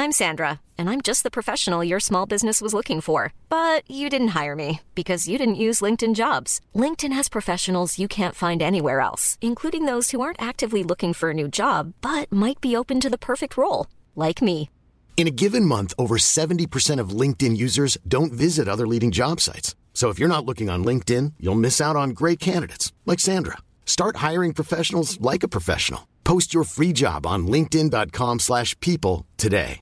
I'm Sandra, and I'm just the professional your small business was looking for. But you didn't hire me because you didn't use LinkedIn Jobs. LinkedIn has professionals you can't find anywhere else, including those who aren't actively looking for a new job, but might be open to the perfect role, like me. In a given month, over 70% of LinkedIn users don't visit other leading job sites. So if you're not looking on LinkedIn, you'll miss out on great candidates like Sandra. Start hiring professionals like a professional. Post your free job on linkedin.com/people today.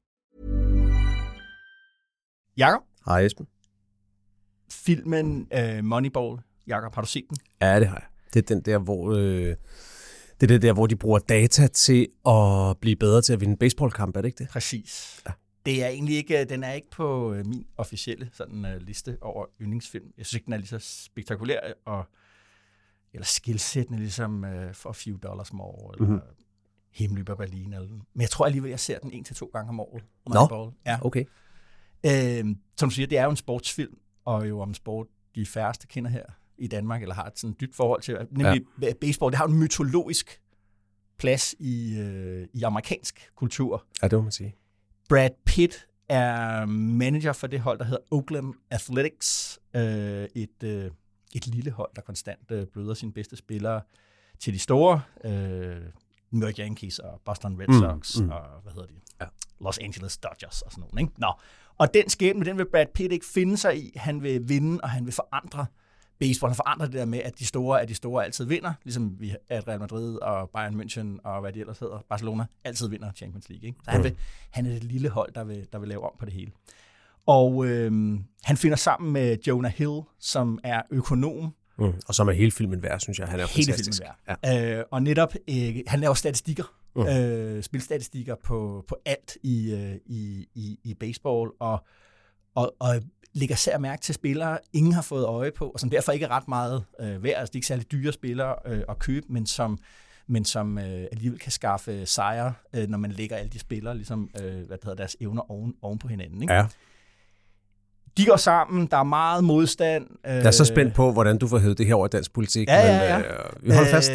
Jakob? Hej Esben. Filmen Moneyball. Jakob, har du set den? Ja, det har jeg. Det er den der, hvor de bruger data til at blive bedre til at vinde baseballkamp, er det ikke det? Præcis. Ja. Det er egentlig ikke, den er ikke på min officielle sådan, liste over yndlingsfilm. Jeg synes ikke, den er lige så spektakulær eller skilsættende, ligesom for a few dollars more, eller Himmeløber Berlin. Eller. Men jeg tror alligevel, jeg ser den 1 til 2 gange om året. Nå, ja. Okay. Som du siger, det er jo en sportsfilm, og jo om sport, de færreste kender her i Danmark, eller har et sådan dybt forhold til, nemlig baseball. Det har en mytologisk plads i amerikansk kultur. Ja, det må man sige. Brad Pitt er manager for det hold, der hedder Oakland Athletics. Et lille hold, der konstant bløder sine bedste spillere til de store. New York Yankees og Boston Red Sox og Los Angeles Dodgers og sådan noget. Ikke? Nå. Og den skæbne, den vil Brad Pitt ikke finde sig i. Han vil vinde, og han vil forandre baseball. Han forandrer det der med, at de store altid vinder, ligesom at Real Madrid og Bayern München og hvad de ellers hedder, Barcelona, altid vinder Champions League. Ikke? Så han er det lille hold, der vil lave om på det hele. Og han finder sammen med Jonah Hill, som er økonom. Og som er hele filmen værd, synes jeg. Han er fantastisk. Ja. Og netop, han laver statistikker, spilstatistikker på alt i baseball, og lægger sær mærke til spillere, ingen har fået øje på, og som derfor ikke er ret meget værd. Altså, det er ikke særlig dyre spillere at købe, men som alligevel kan skaffe sejre, når man lægger alle de spillere, ligesom deres evner oven på hinanden. Ikke? Ja. De går sammen, der er meget modstand. Jeg er så spændt på, hvordan du får hævet det her over dansk politik. Ja. Men vi holder fast.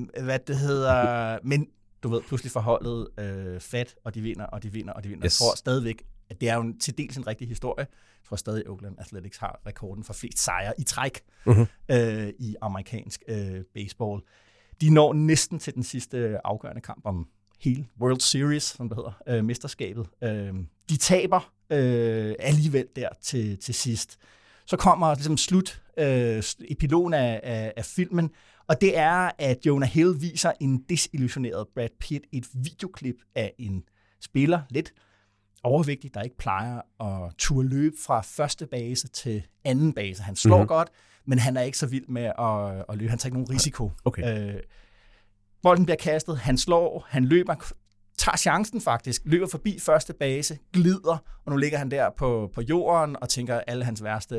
Men du ved, pludselig forholdet fat, og de vinder. Yes. Jeg tror stadigvæk, at det er jo til dels en rigtig historie. Jeg tror stadig, Oakland Athletics har rekorden for flest sejre i træk i amerikansk baseball. De når næsten til den sidste afgørende kamp om hele World Series, som det hedder, mesterskabet. De taber alligevel der til sidst. Så kommer ligesom epilogen af filmen, og det er, at Jonah Hill viser en desillusioneret Brad Pitt et videoklip af en spiller, lidt overvægtig, der ikke plejer at turde løbe fra første base til anden base. Han slår godt, men han er ikke så vild med at løbe. Han tager ikke nogen risiko. Okay. Bolden bliver kastet, han slår, han løber, tager chancen faktisk, løber forbi første base, glider, og nu ligger han der på jorden og tænker, at al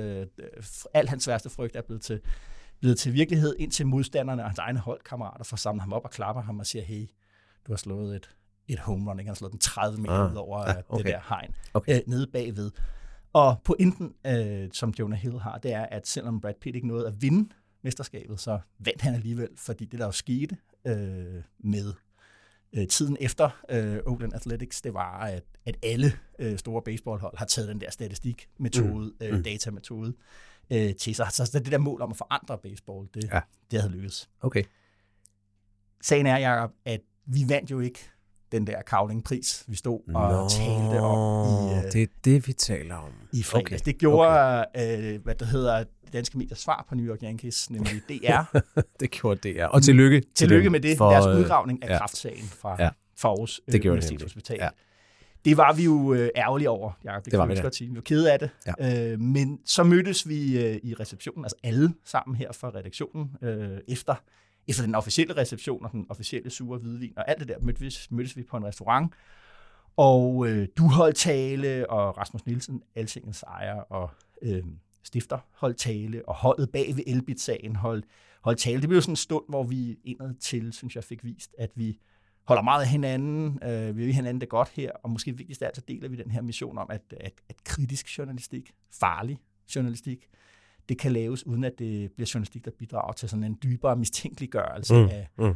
hans værste frygt er blevet til virkelighed, indtil modstanderne og hans egne holdkammerater får samlet ham op og klapper ham og siger, hey, du har slået et home run, ikke? Han har slået den 30 meter ud over det der hegn, nede bagved. Og pointen, som Jonah Hill har, det er, at selvom Brad Pitt ikke nåede at vinde mesterskabet, så vandt han alligevel, fordi det der jo skete med tiden efter Oakland Athletics, det var, at alle store baseballhold har taget den der statistikmetode, datametode til sig. Så det der mål om at forandre baseball, det havde lykkes. Okay. Sagen er, Jacob, at vi vandt jo ikke den der Cowling-pris, vi stod og talte om det er det, vi taler om. I fredags. Okay. Det gjorde, danske mediers svar på New York Yankees, nemlig DR. Det gjorde DR. Og tillykke med det. Deres udgravning af kræftsagen fra Aarhus Universitetshospital. Ja. Det var vi jo ærgerlige over, Jacob. Det kan vi godt sige. Vi var kede af det. Ja. Men så mødtes vi i receptionen, altså alle sammen her fra redaktionen, efter den officielle reception og den officielle sure hvidvin og alt det der, mødtes vi på en restaurant. Og du holdt tale, og Rasmus Nielsen, Altingens ejer og stifter, holdt tale, og holdet bag ved Elbit-sagen holdt tale. Det blev sådan en stund, hvor vi indad til, synes jeg, fik vist, at vi holder meget af hinanden, vi vil hinanden det godt her, og måske vigtigst af alt, så deler vi den her mission om, at kritisk journalistik, farlig journalistik, det kan laves, uden at det bliver journalistik, der bidrager til sådan en dybere mistænkeliggørelse af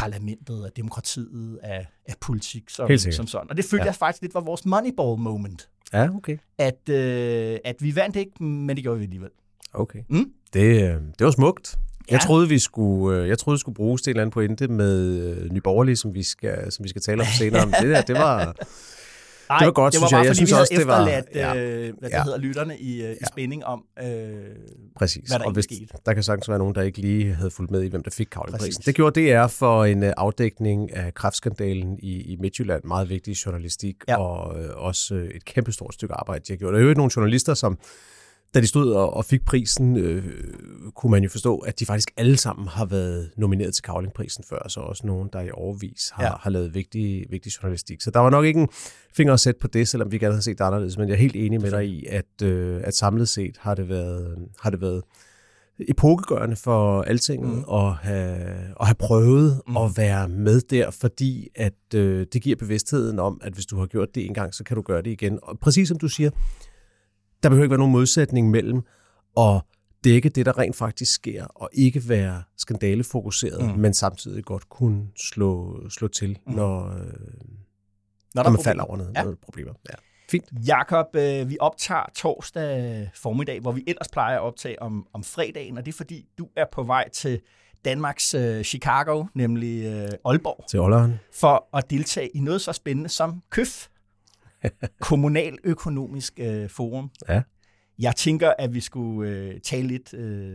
parlamentet, af demokratiet, af politik som sådan. Og det følte jeg faktisk lidt var vores Moneyball moment. Ja, okay. At vi vandt ikke, men det gjorde vi alligevel. Okay. Det var smukt. Ja. Jeg troede, vi skulle bruges til en eller anden pointe med Nye Borgerlige, som vi skal tale om senere. Men det var godt, synes jeg. Jeg synes også, det var hedder lytterne i spænding om, præcis. Hvad der og skete. Der kan sagtens være nogen, der ikke lige havde fulgt med i, hvem der fik Cavlingprisen. Det gjorde DR for en afdækning af kræftskandalen i Midtjylland. Meget vigtig journalistik, og også et kæmpestort stykke arbejde, de har gjort. Der er jo nogle journalister, som da de stod og fik prisen, kunne man jo forstå, at de faktisk alle sammen har været nomineret til Cavlingprisen før, så også nogen, der i årevis har lavet vigtig journalistik. Så der var nok ikke en finger at sætte på det, selvom vi gerne havde set det anderledes, men jeg er helt enig med dig i, at samlet set har det været epokegørende for Altinget at have prøvet at være med der, fordi at det giver bevidstheden om, at hvis du har gjort det en gang, så kan du gøre det igen. Og præcis som du siger, der behøver ikke være nogen modsætning mellem at dække det, der rent faktisk sker, og ikke være skandalefokuseret, men samtidig godt kunne slå til, når man falder over noget problemer. Ja. Fint. Jakob, vi optager torsdag formiddag, hvor vi ellers plejer at optage om fredagen, og det er fordi, du er på vej til Danmarks Chicago, nemlig Aalborg. Til Aalborg. For at deltage i noget så spændende som KØF. Kommunaløkonomisk forum. Ja. Jeg tænker, at vi skulle tale lidt,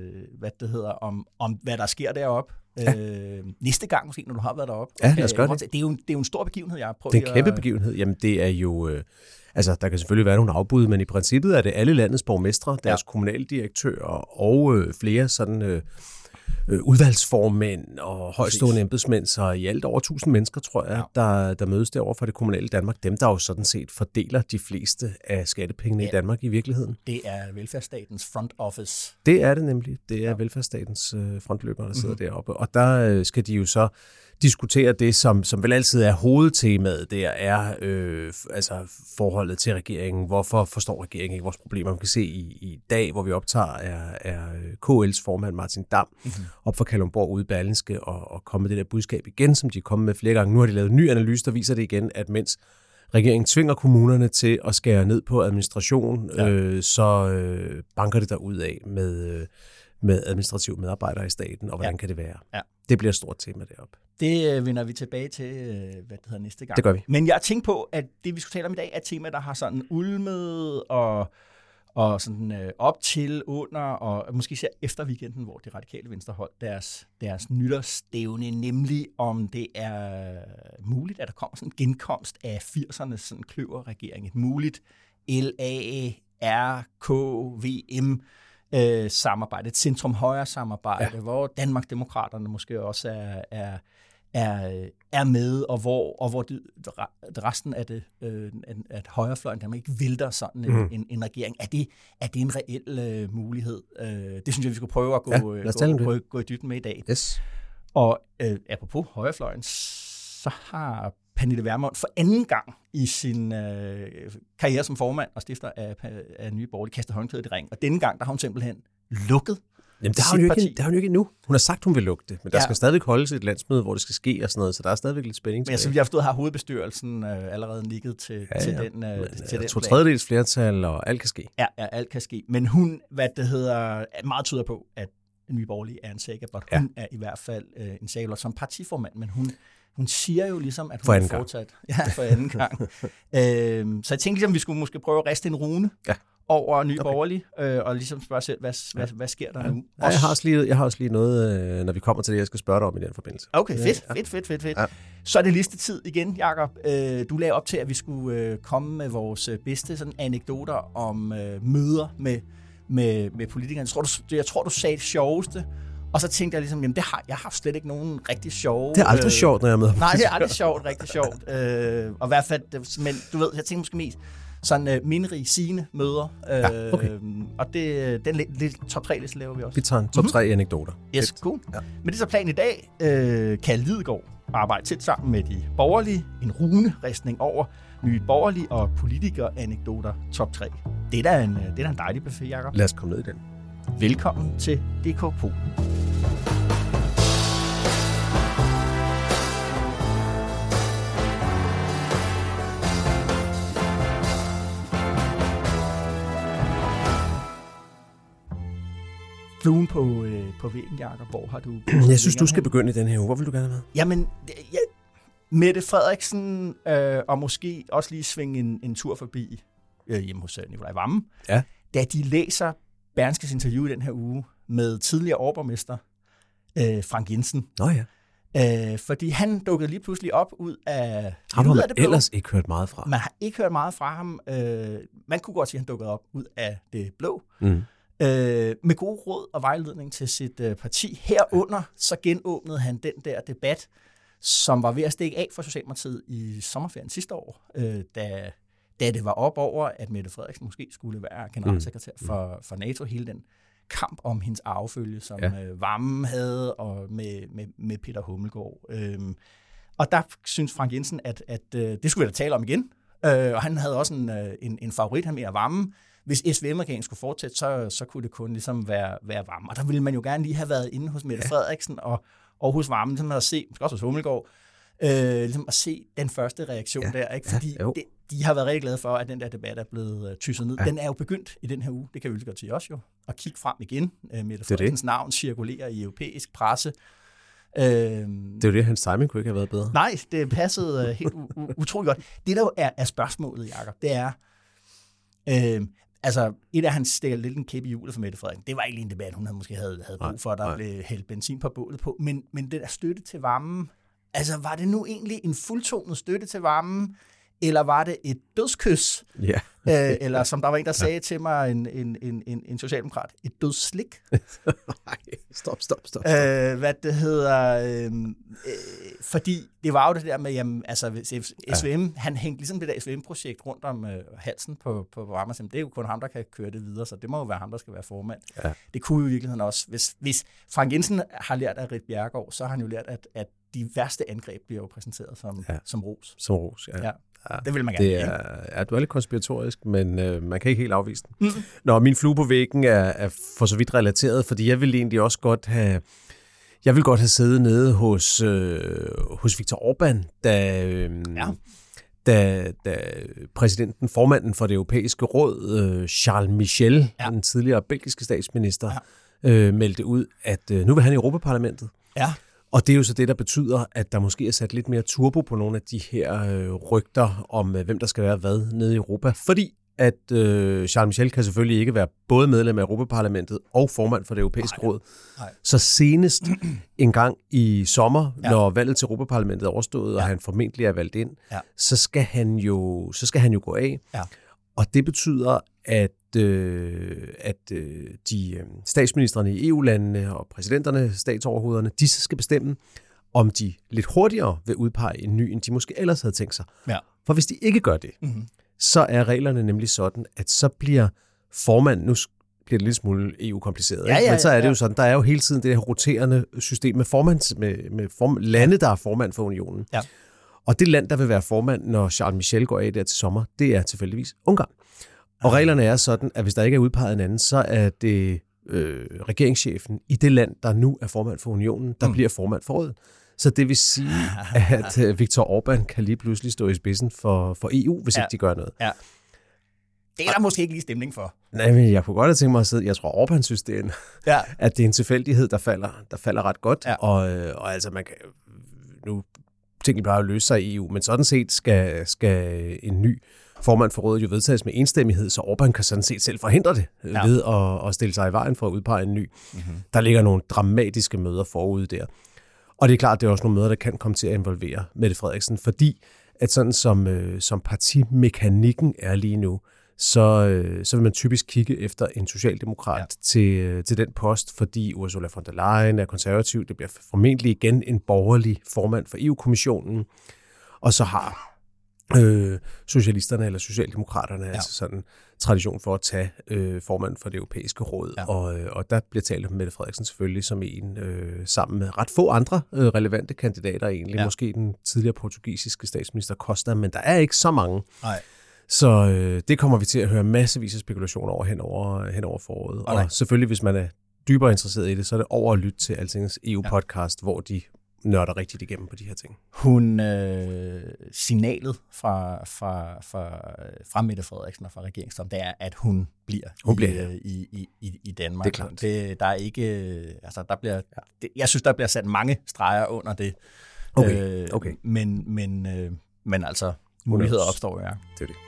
om hvad der sker deroppe. Næste gang måske, når du har været deroppe. Ja, lad os gøre det. Det er jo en stor begivenhed, jeg har prøvet. Det er en kæmpe begivenhed. Jamen, det er jo... der kan selvfølgelig være nogle afbud, men i princippet er det alle landets borgmestre, deres kommunaldirektører og flere sådan... udvalgsformænd og højstående embedsmænd, så i alt over 1000 mennesker, tror jeg, der mødes derovre fra det kommunale Danmark. Dem, der jo sådan set fordeler de fleste af skattepengene i Danmark i virkeligheden. Det er velfærdsstatens front office. Det er det nemlig. Det er velfærdsstatens frontløbere, der sidder deroppe. Og der skal de jo så diskutere det, som vel altid er hovedtemaet. Det er forholdet til regeringen. Hvorfor forstår regeringen ikke vores problemer? Man kan se i dag, hvor vi optager, er KL's formand Martin Dam op for Kalundborg ude i Berlingske og komme med det der budskab igen, som de er kommet med flere gange. Nu har de lavet en ny analyse, der viser det igen, at mens regeringen tvinger kommunerne til at skære ned på administration, så banker det derudad med administrative medarbejdere i staten, og hvordan kan det være? Ja. Det bliver et stort tema deroppe. Det vender vi tilbage til, næste gang. Det gør vi. Men jeg tænkte på, at det, vi skulle tale om i dag, er et tema, der har sådan ulmet og sådan op til, under, og måske især efter weekenden, hvor det radikale Venstre holdt deres nytårsstævne, nemlig om det er muligt, at der kommer sådan en genkomst af 80'ernes sådan kløverregering. Et muligt LARKVM samarbejde, et centrum-højre samarbejde, hvor Danmarksdemokraterne måske også er med, og hvor det resten af det at højrefløjen der ikke vælter sådan en regering. Er det en reel mulighed? Det synes jeg, vi skulle prøve at gå i dybden med i dag. Yes. Og apropos højrefløjen, så har Pernille Vermund for anden gang i sin karriere som formand og stifter af Nye Borgerlige kastet håndklædet i ring. Og denne gang, der har hun simpelthen lukket. Jamen, det har hun jo ikke endnu. Hun har sagt, hun vil lukke det, men der skal stadigvæk holdes et landsmøde, hvor det skal ske og sådan noget, så der er stadigvæk lidt spænding. Men som jeg har forstået, har hovedbestyrelsen allerede nikket til den. Til den 2/3 flertal, og alt kan ske. Ja, alt kan ske. Men hun, meget tyder på, at Nye Borgerlige er en sækkebot. Hun er i hvert fald en sækkebot som partiformand, men hun siger jo ligesom, at hun er fortsat. Ja, for anden gang. Så jeg tænkte ligesom, vi skulle måske prøve at riste en rune over Nye Borgerlige, og ligesom spørge selv, hvad sker der nu? Ja, jeg har også lige noget, når vi kommer til det, jeg skal spørge dig om i den forbindelse. Okay, fedt. Ja. Så er det listetid igen, Jakob. Du lagde op til, at vi skulle komme med vores bedste sådan, anekdoter om møder med politikerne. Jeg tror, du sagde det sjoveste. Og så tænkte jeg ligesom, jamen jeg har slet ikke nogen rigtig sjove... Det er aldrig sjovt, når jeg er med. Nej, det er aldrig sjovt, rigtig sjovt. Og i hvert fald, men du ved, jeg tænkte måske mest sådan minderige, sigende møder. Okay. Og den top 3-liste laver vi også. Vi tager en top 3 anekdoter. Yes, cool. Ja. Men det er så planen i dag. Kan Lidegaard arbejde tæt sammen med de borgerlige. En runeristning over Nye Borgerlige og politikere-anekdoter top 3. Det er da en dejlig buffet, Jacob. Lad os komme ned i den. Velkommen til DK Pol. Fluen på væggen, Jacob, hvor har du... Jeg synes, du skal begynde i den her uge. Hvor vil du gerne med? Jamen, Mette Frederiksen, og måske også lige svinge en tur forbi hjemme hos Nikolaj Wammen, da de læser Berlingskes interview i den her uge med tidligere overborgmester Frank Jensen. Nå ja. Fordi han dukkede lige pludselig op ud af... Ham har man ellers ikke hørt meget fra. Man har ikke hørt meget fra ham. Man kunne godt sige, at han dukkede op ud af det blå. Med gode råd og vejledning til sit parti. Herunder så genåbnede han den der debat, som var ved at stikke af for Socialdemokratiet i sommerferien sidste år, da det var op over, at Mette Frederiksen måske skulle være generalsekretær for NATO. Hele den kamp om hendes arvefølge, som Wammen havde, og med Peter Hummelgaard. Og der synes Frank Jensen, at det skulle vi da tale om igen. Og han havde også en favorit, han mere Wammen. Hvis SVM-regeringen skulle fortsætte, så kunne det kun ligesom være Wammen. Og der ville man jo gerne lige have været inde hos Mette Frederiksen og hos Wammen, ligesom at se, måske også hos Hummelgaard, ligesom at se den første reaktion der, ikke? Fordi de har været rigtig glade for, at den der debat er blevet tysset ned. Den er jo begyndt i den her uge, det kan vi jo godt til os jo, at kigge frem igen. Mette Frederiksens navn cirkulerer i europæisk presse. Det er jo det, hans timing kunne ikke have været bedre. Nej, det passede helt utroligt godt. Det der jo er spørgsmålet, Jacob, det er, altså et af hans stikker lidt en kæp i hjulet for Mette Frederiksen. Det var ikke en debat, hun måske havde brug for, der blev hældt benzin på bålet på. Men den der støtte til Wammen, altså var det nu egentlig en fuldtonet støtte til Wammen, eller var det et dødskys? Ja. Eller som der var en, der sagde til mig, en socialdemokrat, et dødsslik? Nej, stop. Hvad det hedder... fordi det var jo det der med, jamen, altså SVM, han hængte ligesom det der SVM-projekt rundt om halsen på Wammen. Det er jo kun ham, der kan køre det videre, så det må jo være ham, der skal være formand. Ja. Det kunne jo i virkeligheden også. Hvis Frank Jensen har lært af Ritt Bjerregaard, så har han jo lært, at de værste angreb bliver jo præsenteret som ros. Som ros, ja. Det vil man gerne. Du er lidt konspiratorisk, men man kan ikke helt afvise den. Nå, min flue på væggen er for så vidt relateret, fordi jeg vil egentlig også godt have... Jeg vil godt have siddet nede hos Viktor Orbán, da præsidenten, formanden for det europæiske råd, Charles Michel, den tidligere belgiske statsminister, meldte ud, at nu vil han i Europaparlamentet. Ja. Og det er jo så det, der betyder, at der måske er sat lidt mere turbo på nogle af de her rygter om, hvem der skal være hvad nede i Europa. Fordi at Charles Michel kan selvfølgelig ikke være både medlem af Europaparlamentet og formand for det europæiske råd. Nej. Så senest en gang i sommer, når valget til Europaparlamentet er overstået, og han formentlig er valgt ind, så skal han jo gå af. Ja. Og det betyder, at de statsministrene i EU-landene og præsidenterne, statsoverhovederne, de skal bestemme, om de lidt hurtigere vil udpege en ny, end de måske ellers havde tænkt sig. Ja. For hvis de ikke gør det, så er reglerne nemlig sådan, at så bliver formanden, nu bliver det lidt smule EU-kompliceret, men så er det jo sådan, der er jo hele tiden det her roterende system med lande, der er formand for unionen. Ja. Og det land, der vil være formand, når Charles Michel går af der til sommer, det er tilfældigvis Ungarn. Og reglerne er sådan, at hvis der ikke er udpeget en anden, så er det regeringschefen i det land, der nu er formand for unionen, der bliver formand for rådet. Så det vil sige, at Viktor Orbán kan lige pludselig stå i spidsen for EU, hvis ikke de gør noget. Ja. Det er der måske ikke lige stemning for. Nej, men jeg kunne godt have tænkt mig at sidde. Jeg tror, Orbán synes, at det er en tilfældighed, der falder ret godt. Ja. Og altså, man kan nu tingene bare løse sig i EU, men sådan set skal en ny formand for rådet jo vedtages med enstemmighed, så Orbán kan sådan set selv forhindre det ved at stille sig i vejen for at udpege en ny. Der ligger nogle dramatiske møder forude der. Og det er klart, det er også nogle møder, der kan komme til at involvere Mette Frederiksen, fordi at sådan som partimekanikken er lige nu, så vil man typisk kigge efter en socialdemokrat til den post, fordi Ursula von der Leyen er konservativ. Det bliver formentlig igen en borgerlig formand for EU-kommissionen. Og så har socialisterne eller socialdemokraterne altså sådan tradition for at tage formanden for det europæiske råd. Ja. Og der bliver talt om Mette Frederiksen selvfølgelig som en sammen med ret få andre relevante kandidater egentlig. Måske den tidligere portugisiske statsminister Costa, men der er ikke så mange. Nej. Så det kommer vi til at høre massevis af spekulationer over hen over foråret. Og selvfølgelig, hvis man er dybere interesseret i det, så er det over at lytte til Altingets EU-podcast, hvor de nørder rigtigt igennem på de her ting. Hun signalet fra Mette Frederiksen og fra regeringstoppen, det er, at hun bliver i Danmark. Det er klart. Der er ikke, altså der bliver, jeg synes, der bliver sat mange streger under det. Okay. Men altså, muligheder opstår, ja. Det er det.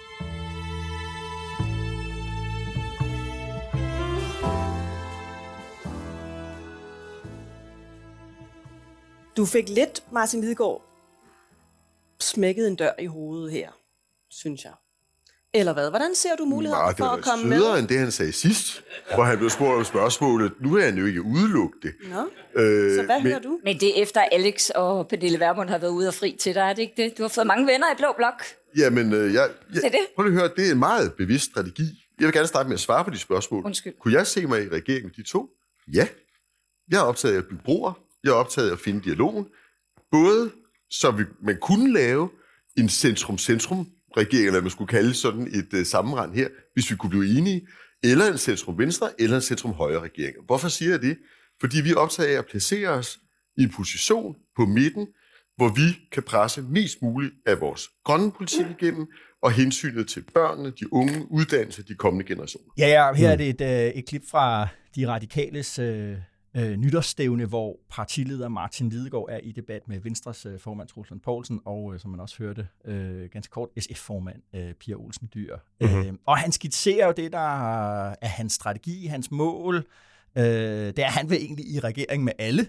Du fik lidt, Martin Lidegaard, smækket en dør i hovedet her, synes jeg. Eller hvad? Hvordan ser du muligheden for at komme med? Det var end det, han sagde sidst, hvor han blev spurgt om spørgsmålet. Nu er han jo ikke udelukket det. Nå, så hvad hører du? Men det er efter Alex og Pernille Vermund har været ude og fri til dig, er det ikke det? Du har fået mange venner i Blå Blok. Jamen, det? Prøv lige at høre, det er en meget bevidst strategi. Jeg vil gerne starte med at svare på de spørgsmål. Undskyld. Kunne jeg se mig i regeringen med de to? Ja. Jeg er optaget af at bygge broer. Jeg er optaget af at finde dialogen. Både så man kunne lave en centrum-regering, eller man skulle kalde sådan et sammenrend her, hvis vi kunne blive enige, eller en centrum-venstre, eller en centrum-højre-regering. Hvorfor siger jeg det? Fordi vi er optaget af at placere os i en position på midten, hvor vi kan presse mest muligt af vores grønne politik igennem, og hensynet til børnene, de unge, uddannelse, de kommende generationer. Ja, her er det et klip fra De Radikales nytårsstævne, hvor partileder Martin Lidegaard er i debat med Venstres formand Troels Lund Poulsen, og som man også hørte ganske kort, SF-formand Pia Olsen Dyhr. Og han skitserer jo det, der er hans strategi, hans mål. Det er, han vil egentlig i regering med alle.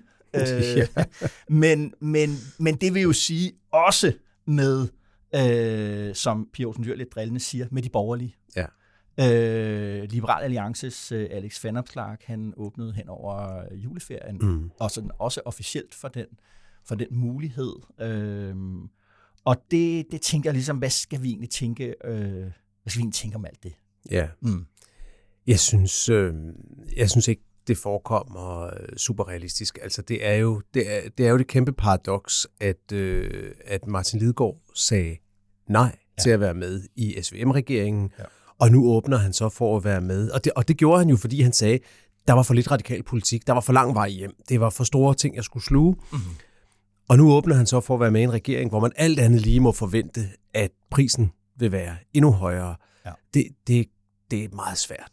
Men det vil jo sige også med, som Pia Olsen Dyhr lidt drillende siger, med de borgerlige. Ja. Liberal Alliances Alex Vanopslagh, han åbnede hen over juleferien, og sådan også officielt for den mulighed. Og det tænker jeg ligesom, hvad skal vi egentlig tænke om alt det? Ja. Jeg synes ikke, det forekommer super realistisk. Altså, det er jo det kæmpe paradoks, at Martin Lidegaard sagde nej til at være med i SVM-regeringen, og nu åbner han så for at være med. Og det gjorde han jo, fordi han sagde, der var for lidt radikal politik, der var for lang vej hjem, det var for store ting, jeg skulle sluge. Og nu åbner han så for at være med i en regering, hvor man alt andet lige må forvente, at prisen vil være endnu højere. Ja. Det er meget svært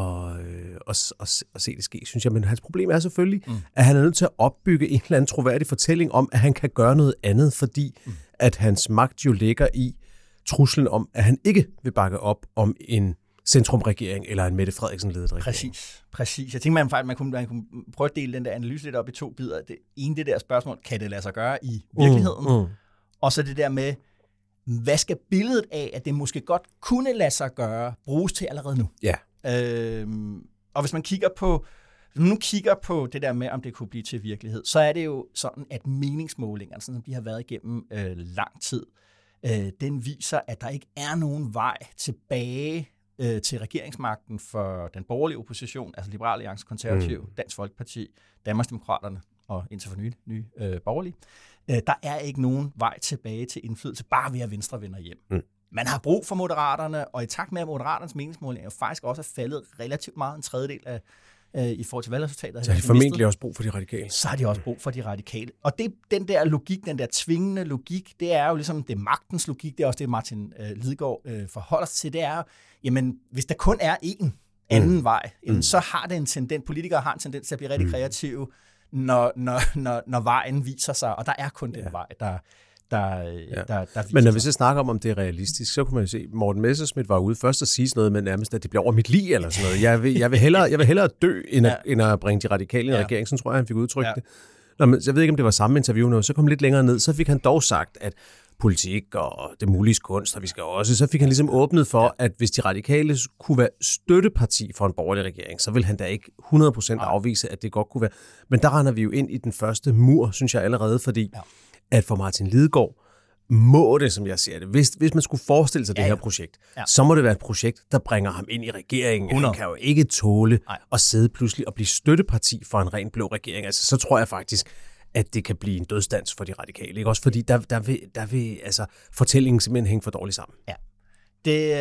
at se det ske, synes jeg. Men hans problem er selvfølgelig, at han er nødt til at opbygge en eller anden troværdig fortælling om, at han kan gøre noget andet, fordi at hans magt jo ligger i truslen om, at han ikke vil bakke op om en centrumregering eller en Mette Frederiksen-ledet regering. Præcis. Jeg tænker, man kunne prøve at dele den der analyse lidt op i to bidder. Det ene, det der spørgsmål, kan det lade sig gøre i virkeligheden? Og så det der med, hvad skal billedet af, at det måske godt kunne lade sig gøre, bruges til allerede nu? Ja. Og hvis man kigger på det der med, om det kunne blive til virkelighed, så er det jo sådan, at meningsmålingerne, sådan som de har været igennem lang tid, den viser, at der ikke er nogen vej tilbage til regeringsmagten for den borgerlige opposition, altså Liberal Alliance, Konservative, Dansk Folkeparti, Danmarksdemokraterne og indtil for nye borgerlige. Der er ikke nogen vej tilbage til indflydelse, bare ved at Venstre vender hjem. Man har brug for Moderaterne, og i takt med, at Moderaternes meningsmåling faktisk også er faldet relativt meget, en tredjedel af i forhold til valgresultater. Så har de formentlig også brug for de radikale. Så har de også brug for de radikale. Og det, den der logik, den der tvingende logik, det er jo ligesom det magtens logik, det er også det, Martin Lidegaard forholder sig til, det er, jamen, hvis der kun er én anden vej, jamen, så har det en tendens, politikere har en tendens til at blive rigtig kreative, når vejen viser sig, og der er kun den vej, der Men når vi så snakker om det er realistisk, så kunne man jo se, Morten Messerschmidt var ude først at sige noget med nærmest, at det bliver over mit lig eller sådan noget. Jeg vil hellere dø, end at bringe de radikale i en regering. Sådan tror jeg, han fik udtrykt det. Nå, men jeg ved ikke, om det var samme interview, når så kom lidt længere ned, så fik han dog sagt, at politik og det mulige kunst, og vi skal også, så fik han ligesom åbnet for, at hvis de radikale kunne være støtteparti for en borgerlig regering, så vil han da ikke 100% afvise, at det godt kunne være. Men der render vi jo ind i den første mur, synes jeg allerede, fordi at for Martin Lidegaard må det, som jeg ser det, hvis man skulle forestille sig det her projekt, så må det være et projekt, der bringer ham ind i regeringen. 100. Han kan jo ikke tåle at sidde pludselig og blive støtteparti for en ren blå regering. Altså, så tror jeg faktisk, at det kan blive en dødsdans for de radikale. Ikke? Også fordi der vil altså, fortællingen simpelthen hænge for dårligt sammen. Ja, det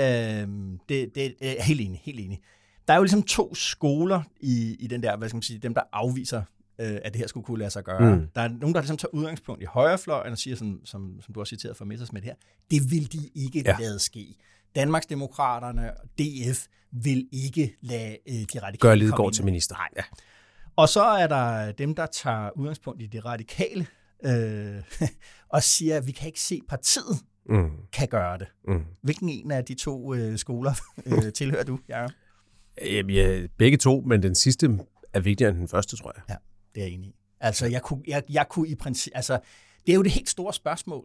er helt enig. Der er jo ligesom to skoler i den der, hvad skal man sige, dem der afviser at det her skulle kunne lade sig gøre. Der er nogen, der ligesom tager udgangspunkt i højrefløjen og siger, som du har citeret fra Messerschmidt her, det vil de ikke lade ske. Danmarksdemokraterne og DF vil ikke lade de radikale gøre Lidegaard til minister. Nej. Ja. Og så er der dem, der tager udgangspunkt i de radikale og siger, at vi kan ikke se, at partiet kan gøre det. Hvilken en af de to skoler tilhører du, Jacob? Ja, begge to, men den sidste er vigtigere end den første, tror jeg. Ja, det er jeg enig i. Altså, jeg kunne i princippet... Altså, det er jo det helt store spørgsmål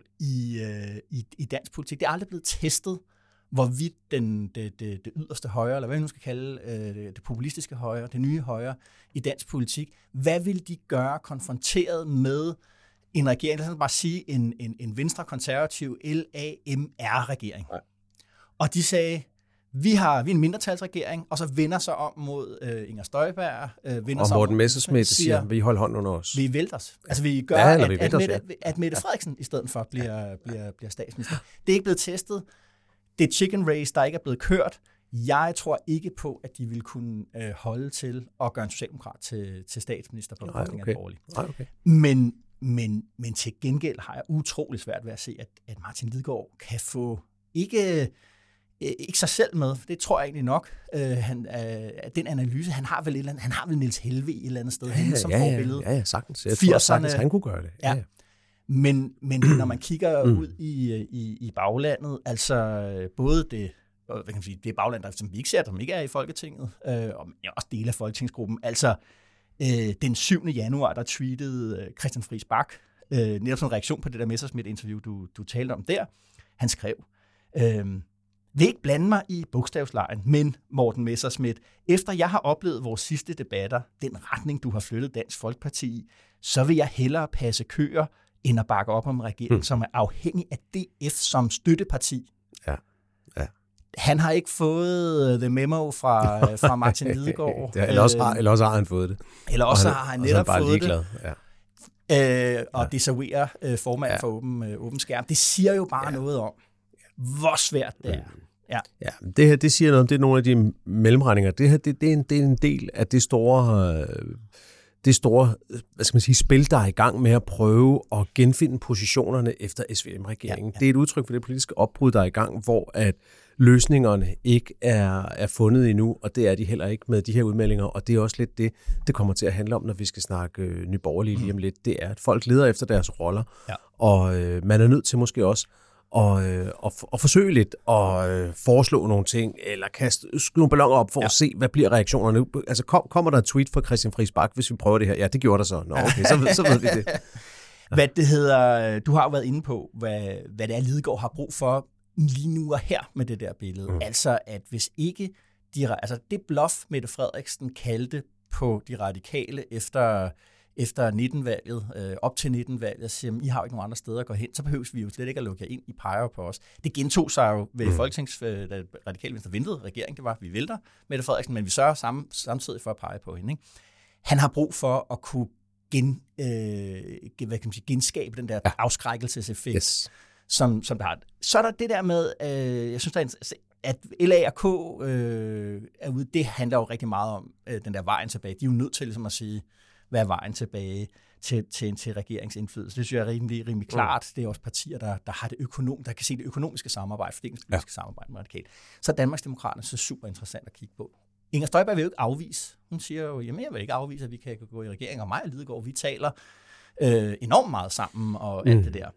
i dansk politik. Det er aldrig blevet testet, hvorvidt det yderste højre, eller hvad vi nu skal kalde det populistiske højre, det nye højre i dansk politik, hvad vil de gøre konfronteret med en regering, lad os bare sige en venstre-konservativ LAMR-regering. Ja. Og de sagde, vi er en mindretalsregering, og så vender sig om mod Inger Støjberg. Og Morten Messerschmidt siger, vi holder hånden under os. Vi vælter os. Altså vi gør, at Mette Frederiksen i stedet for bliver statsminister. Det er ikke blevet testet. Det er chicken race, der ikke er blevet kørt. Jeg tror ikke på, at de vil kunne holde til at gøre en socialdemokrat til statsminister på bekostning af borgerlig. Okay. Men til gengæld har jeg utrolig svært ved at se, at Martin Lidegaard kan få ikke sig selv med. Det tror jeg egentlig nok. Den analyse, han har vel Niels Helveg et eller andet sted henne som forbillede. Ja, sagtens. Jeg tror sagtens, han kunne gøre det. Ja. Men når man kigger ud i baglandet, altså både det bagland, der som vi ikke ser, som ikke er i Folketinget, og også dele af folketingsgruppen, altså den 7. januar, der tweetede Christian Friis Bach, netop som en reaktion på det der Messerschmidt-interview, du talte om der. Han skrev, vil ikke blande mig i bogstavslejen, men Morten Messerschmidt, efter jeg har oplevet vores sidste debatter, den retning, du har flyttet Dansk Folkeparti i, så vil jeg hellere passe køer, end at bakke op om regeringen, som er afhængig af DF som støtteparti. Ja. Han har ikke fået the memo fra Martin Lidegaard. Eller også har han fået det. Eller også har han netop fået det. Ja. Og desavouerer formand for åben skærm. Det siger jo bare noget om, hvor svært det er. Ja, det her, det siger noget om, det er nogle af de mellemregninger. Det her, det er en del af det store, hvad skal man sige, spil, der er i gang med at prøve at genfinde positionerne efter SVM-regeringen. Ja. Det er et udtryk for det politiske opbrud, der er i gang, hvor at løsningerne ikke er fundet endnu, og det er de heller ikke med de her udmeldinger, og det er også lidt det kommer til at handle om, når vi skal snakke Nye Borgerlige lige om lidt. Det er, at folk leder efter deres roller, og man er nødt til måske også og forsøge lidt at foreslå nogle ting, eller kaste nogle balloner op for at se, hvad bliver reaktionerne. Altså kommer der et tweet fra Christian Friis Bach, hvis vi prøver det her? Ja, det gjorde der så. Nå, okay, så ved vi det. Hvad det hedder, du har jo været inde på, hvad det er, Lidegaard har brug for lige nu og her med det der billede. Altså, at hvis ikke det bluff, Mette Frederiksen kaldte på de radikale efter 19-valget, op til 19-valget, siger, I har jo ikke nogen andre steder at gå hen, så behøves vi jo slet ikke at lukke jer ind, I peger på os. Det gentog sig jo ved da Radikale Venstre ventede regeringen, det var, vi vælter Mette Frederiksen, men vi sørger samtidig for at pege på hende. Ikke? Han har brug for at kunne genskabe den der afskrækkelseseffekt, som der har. Så er der det der med, jeg synes, der er at LA og K er ude, det handler jo rigtig meget om den der vejen tilbage. De er jo nødt til ligesom at sige, hvad er vejen tilbage til regeringsindflydelse. Det synes jeg er rimelig klart. Det er også partier, der har det der kan se det økonomiske samarbejde, fordelingspolitiske samarbejde med radikalt. Så er Danmarksdemokraterne så super interessant at kigge på. Inger Støjberg vil jo ikke afvise. Hun siger jo, jamen jeg vil ikke afvise, at vi kan gå i regering, og mig og Lidegaard, vi taler enormt meget sammen og alt det der.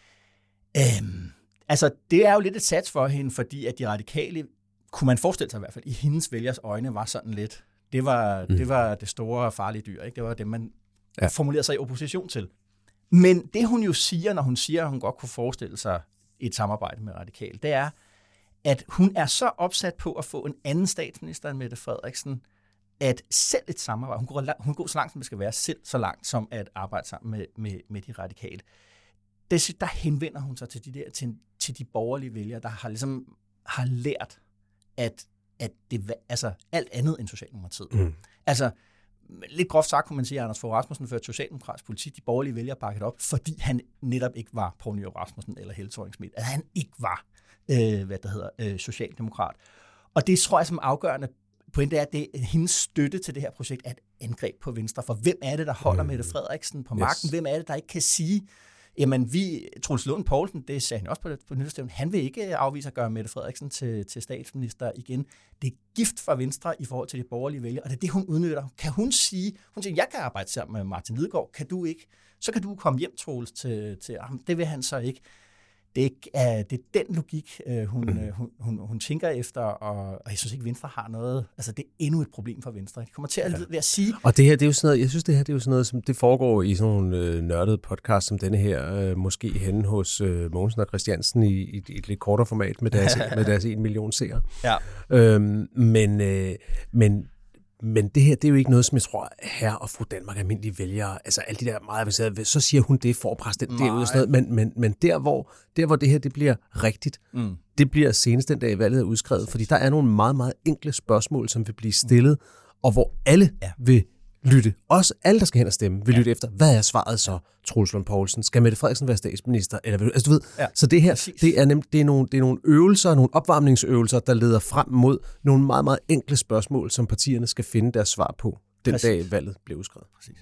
Altså, det er jo lidt et sats for hende, fordi at de radikale, kunne man forestille sig i hvert fald, i hendes vælgers øjne var sådan lidt, det var det store farlige dyr, ikke? Det var det, man formulerede sig i opposition til. Men det hun jo siger, når hun siger, at hun godt kunne forestille sig et samarbejde med radikale, det er, at hun er så opsat på at få en anden statsminister end Mette Frederiksen, at selv et samarbejde, hun går så langt, som det skal være, selv så langt som at arbejde sammen med de radikale. Der henvender hun sig til de borgerlige vælgere, der har lært, at det alt andet end Socialdemokratiet. Altså, lidt groft sagt kunne man sige, at Anders Fogh Rasmussen førte socialdemokratisk politik, de borgerlige vælgere bakket op, fordi han netop ikke var Poul Nyrup Rasmussen eller Helle Thorning-Schmidt. At han ikke var socialdemokrat. Og det tror jeg som afgørende pointen er, at hendes støtte til det her projekt er et angreb på Venstre. For hvem er det, der holder Mette Frederiksen på magten? Hvem er det, der ikke kan sige, jamen Troels Lund Poulsen, det sagde han også på nyhedsstævnen, han vil ikke afvise at gøre Mette Frederiksen til statsminister igen. Det er gift for Venstre i forhold til de borgerlige vælgere, og det er det, hun udnytter. Kan hun siger, jeg kan arbejde sammen med Martin Lidegaard, kan du ikke? Så kan du komme hjem, Troels, til ham. Det vil han så ikke. Det er den logik, hun tænker efter, og jeg synes ikke, Venstre har noget. Altså, det er endnu et problem for Venstre. Det kommer til at sige. Og det her, det er jo sådan noget, jeg synes, det her det er jo sådan noget, som det foregår i sådan nogle nørdede podcast som denne her, måske henne hos Mogensen og Christiansen i et lidt kortere format med deres 1 million seere. Ja. Men det her, det er jo ikke noget, som jeg tror, herre og fru Danmark almindelige vælgere, altså alle de der meget avancerede, så siger hun det for at presse den derud og sådan noget, men der hvor det her, det bliver rigtigt, det bliver senest den dag valget er udskrevet, fordi der er nogle meget, meget enkle spørgsmål, som vil blive stillet, og hvor alle vil lytte, også alle, der skal hen og stemme, vil lytte efter, hvad er svaret så, Troels Lund Poulsen? Skal Mette Frederiksen være statsminister? Eller, altså, du ved, så det her, det er nogle øvelser, nogle opvarmningsøvelser, der leder frem mod nogle meget, meget enkle spørgsmål, som partierne skal finde deres svar på, den dag valget bliver udskrevet. Præcis.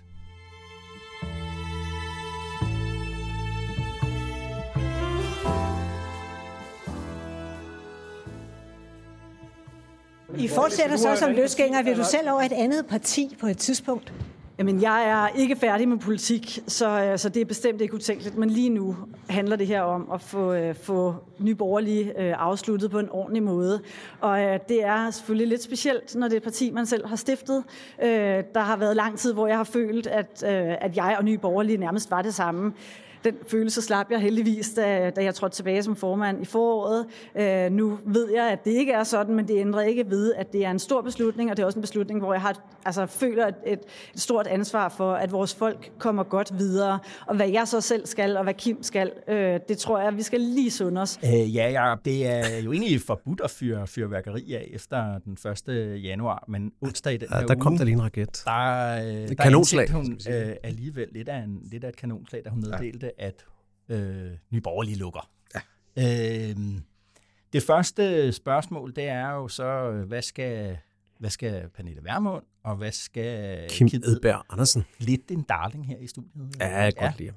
I fortsætter så som løsgænger. Vil du selv over et andet parti på et tidspunkt? Jamen, jeg er ikke færdig med politik, så det er bestemt ikke utænkeligt. Men lige nu handler det her om at få Nye Borgerlige afsluttet på en ordentlig måde. Og det er selvfølgelig lidt specielt, når det er et parti, man selv har stiftet. Der har været lang tid, hvor jeg har følt, at jeg og Nye Borgerlige nærmest var det samme. Den følelse slap jeg heldigvis, da jeg trådte tilbage som formand i foråret. Nu ved jeg, at det ikke er sådan, men det ændrer ikke ved, at det er en stor beslutning, og det er også en beslutning, hvor jeg føler et stort ansvar for, at vores folk kommer godt videre. Og hvad jeg så selv skal, og hvad Kim skal, det tror jeg, vi skal lige sunde os. Det er jo egentlig forbudt at fyre fyrværkeri af efter den 1. januar, men onsdag i den her uge, der kom der lige en raket. Der kanonslag. Hun alligevel lidt af et kanonslag, da hun meddelte, at Nye Borgerlige lukker. Ja. Det første spørgsmål, det er jo så, hvad skal Pernille Vermund, og hvad skal Kim Edberg Andersen? Lidt en darling her i studiet. Ja, jeg kan godt lide.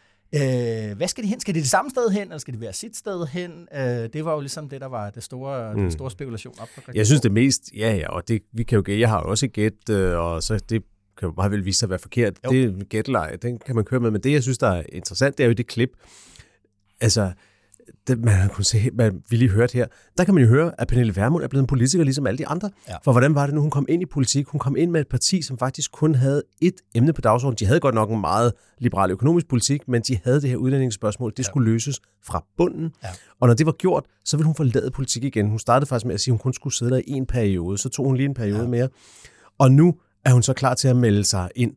Ja. Hvad skal de hen? Skal det samme sted hen, eller skal det være sit sted hen? Det var jo ligesom det, der var den store spekulation op på. Jeg synes det mest, og det, vi kan jo gætte, jeg har også gæt, og så det kan jo meget vel vise sig at være forkert. Jo. Det er en gætleje, den kan man køre med, men det, jeg synes, der er interessant, det er jo det klip. Altså, det, vi lige hørte her, der kan man jo høre, at Pernille Vermund er blevet en politiker, ligesom alle de andre. Ja. For hvordan var det nu, hun kom ind i politik? Hun kom ind med et parti, som faktisk kun havde ét emne på dagsordenen. De havde godt nok en meget liberal økonomisk politik, men de havde det her udlændingsspørgsmål. Det skulle løses fra bunden. Ja. Og når det var gjort, så ville hun forlade politik igen. Hun startede faktisk med at sige, at hun kun skulle sidde der i en periode. Så tog hun lige en periode mere. Og nu er hun så klar til at melde sig ind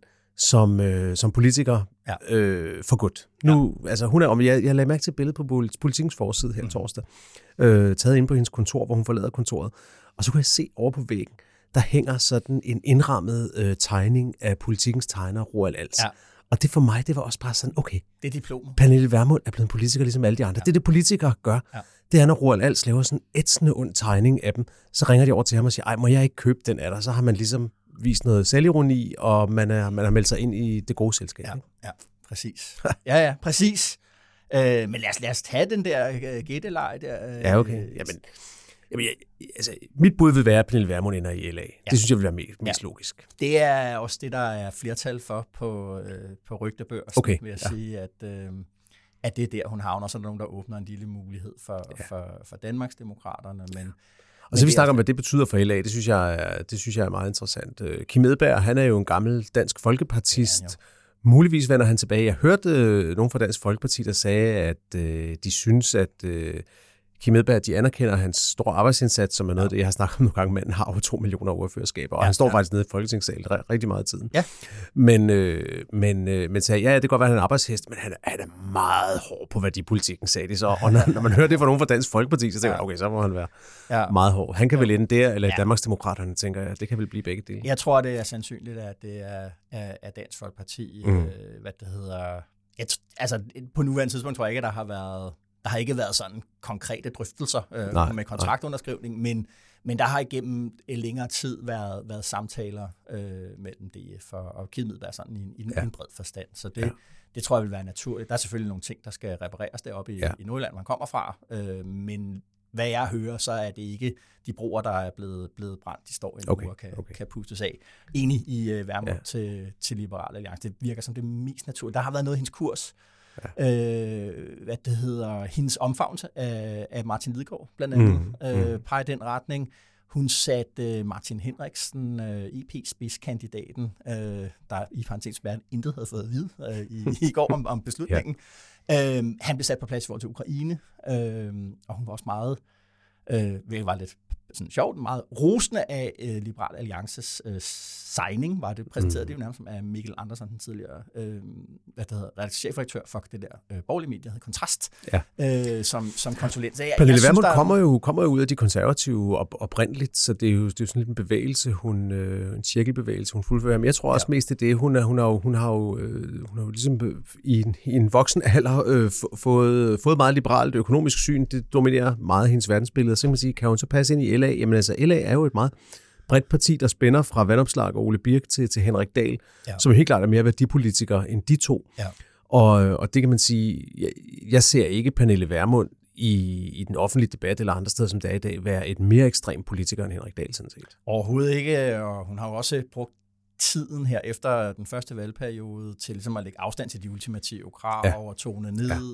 som politiker for godt. Nu, altså hun er, jeg lagde mærke til billedet på Politikens forside her torsdag, taget ind på hendes kontor, hvor hun forlader kontoret, og så kunne jeg se over på væggen, der hænger sådan en indrammet tegning af Politikens tegner, Roald Als. Ja. Og det for mig, det var også bare sådan, okay, det er diplomet. Pernille Vermund er blevet en politiker ligesom alle de andre. Ja. Det er det, politikere gør. Ja. Det er, når Roald Als laver sådan en ætsende ond tegning af dem, så ringer de over til ham og siger, ej, må jeg ikke købe den af dig? Så har man ligesom vist noget selvironi, og man har meldt sig ind i det gode selskab. Ja, præcis. Ja, præcis. Men lad os tage den der gætteleg der. Ja, okay. Jamen, altså, mit bud vil være, at Pernille Vermund ender i LA. Det synes jeg vil være mest logisk. Det er også det, der er flertal for på rygtebørsen, vil jeg sige, at det er der, hun havner. Så er der nogen, der åbner en lille mulighed for Danmarksdemokraterne, men og så vi snakker om, hvad det betyder for LA. Det synes jeg er meget interessant. Kim Edberg, han er jo en gammel dansk folkepartist. Ja, muligvis vender han tilbage. Jeg hørte nogen fra Dansk Folkeparti, der sagde, at de synes, at Kim Edberg, de anerkender hans store arbejdsindsats, som er noget af det, jeg har snakket om nogle gange. Manden har over 2 millioner ordførerskaber, og han står faktisk nede i Folketingssalen rigtig meget af tiden. Ja. Men sagde, det kan godt være, at han er en arbejdshest, men han er meget hård på værdipolitikken, sagde de så. Og når man hører det fra nogen fra Dansk Folkeparti, så tænker jeg, okay, så må han være meget hård. Han kan vel ende der, eller Danmarksdemokraterne, tænker jeg, det kan vel blive begge dele. Jeg tror, det er sandsynligt, at det er Dansk Folkeparti, altså på nuværende tidspunkt tror jeg ikke, at der har ikke været sådan konkrete drøftelser med kontraktunderskrivning, Men der har igennem en længere tid været samtaler mellem DF og Kid Middelberg sådan i en bred forstand. Så det tror jeg vil være naturligt. Der er selvfølgelig nogle ting, der skal repareres deroppe i Nordjylland, man kommer fra. Men hvad jeg hører, så er det ikke de broer, der er blevet brændt, de står endnu og kan pustes af. Enig i Vermund til Liberal Alliance. Det virker som det mest naturlige. Der har været noget i hendes kurs. Hendes omfavnelse af Martin Lidegaard, blandt andet, peger den retning. Hun satte Martin Henriksen, EP-spidskandidaten, der i parentes verden intet havde fået at vide i går om beslutningen. Han blev sat på plads i forhold til Ukraine, og hun var også meget, hvilket var lidt sådan sjovt, meget rosende af Liberal Alliances signing, var det præsenteret. Det er jo nærmest som af Mikkel Andersen, den tidligere chefredaktør for det der borgerlige medie, der hedder Kontrast, som konsulent. Pernille Vermund kommer jo ud af de konservative oprindeligt, så det er jo sådan lidt en bevægelse, en cirkelbevægelse, hun fuldfører. Men jeg tror også mest det, hun har jo ligesom i en voksen alder fået meget liberalt økonomisk syn. Det dominerer meget hendes verdensbillede. Så kan man sige, kan hun så passe ind i LA? Jamen altså, LA er jo et meget bredt parti, der spænder fra Vandopslag og Ole Birk til Henrik Dahl, som helt klart er mere værdipolitikere end de to. Ja. Og det kan man sige, jeg ser ikke Pernille Vermund i den offentlige debat eller andre steder, som det er i dag, være et mere ekstrem politiker end Henrik Dahl, sådan set. Overhovedet ikke, og hun har jo også brugt tiden her efter den første valgperiode til ligesom at lægge afstand til de ultimative krav og tone ned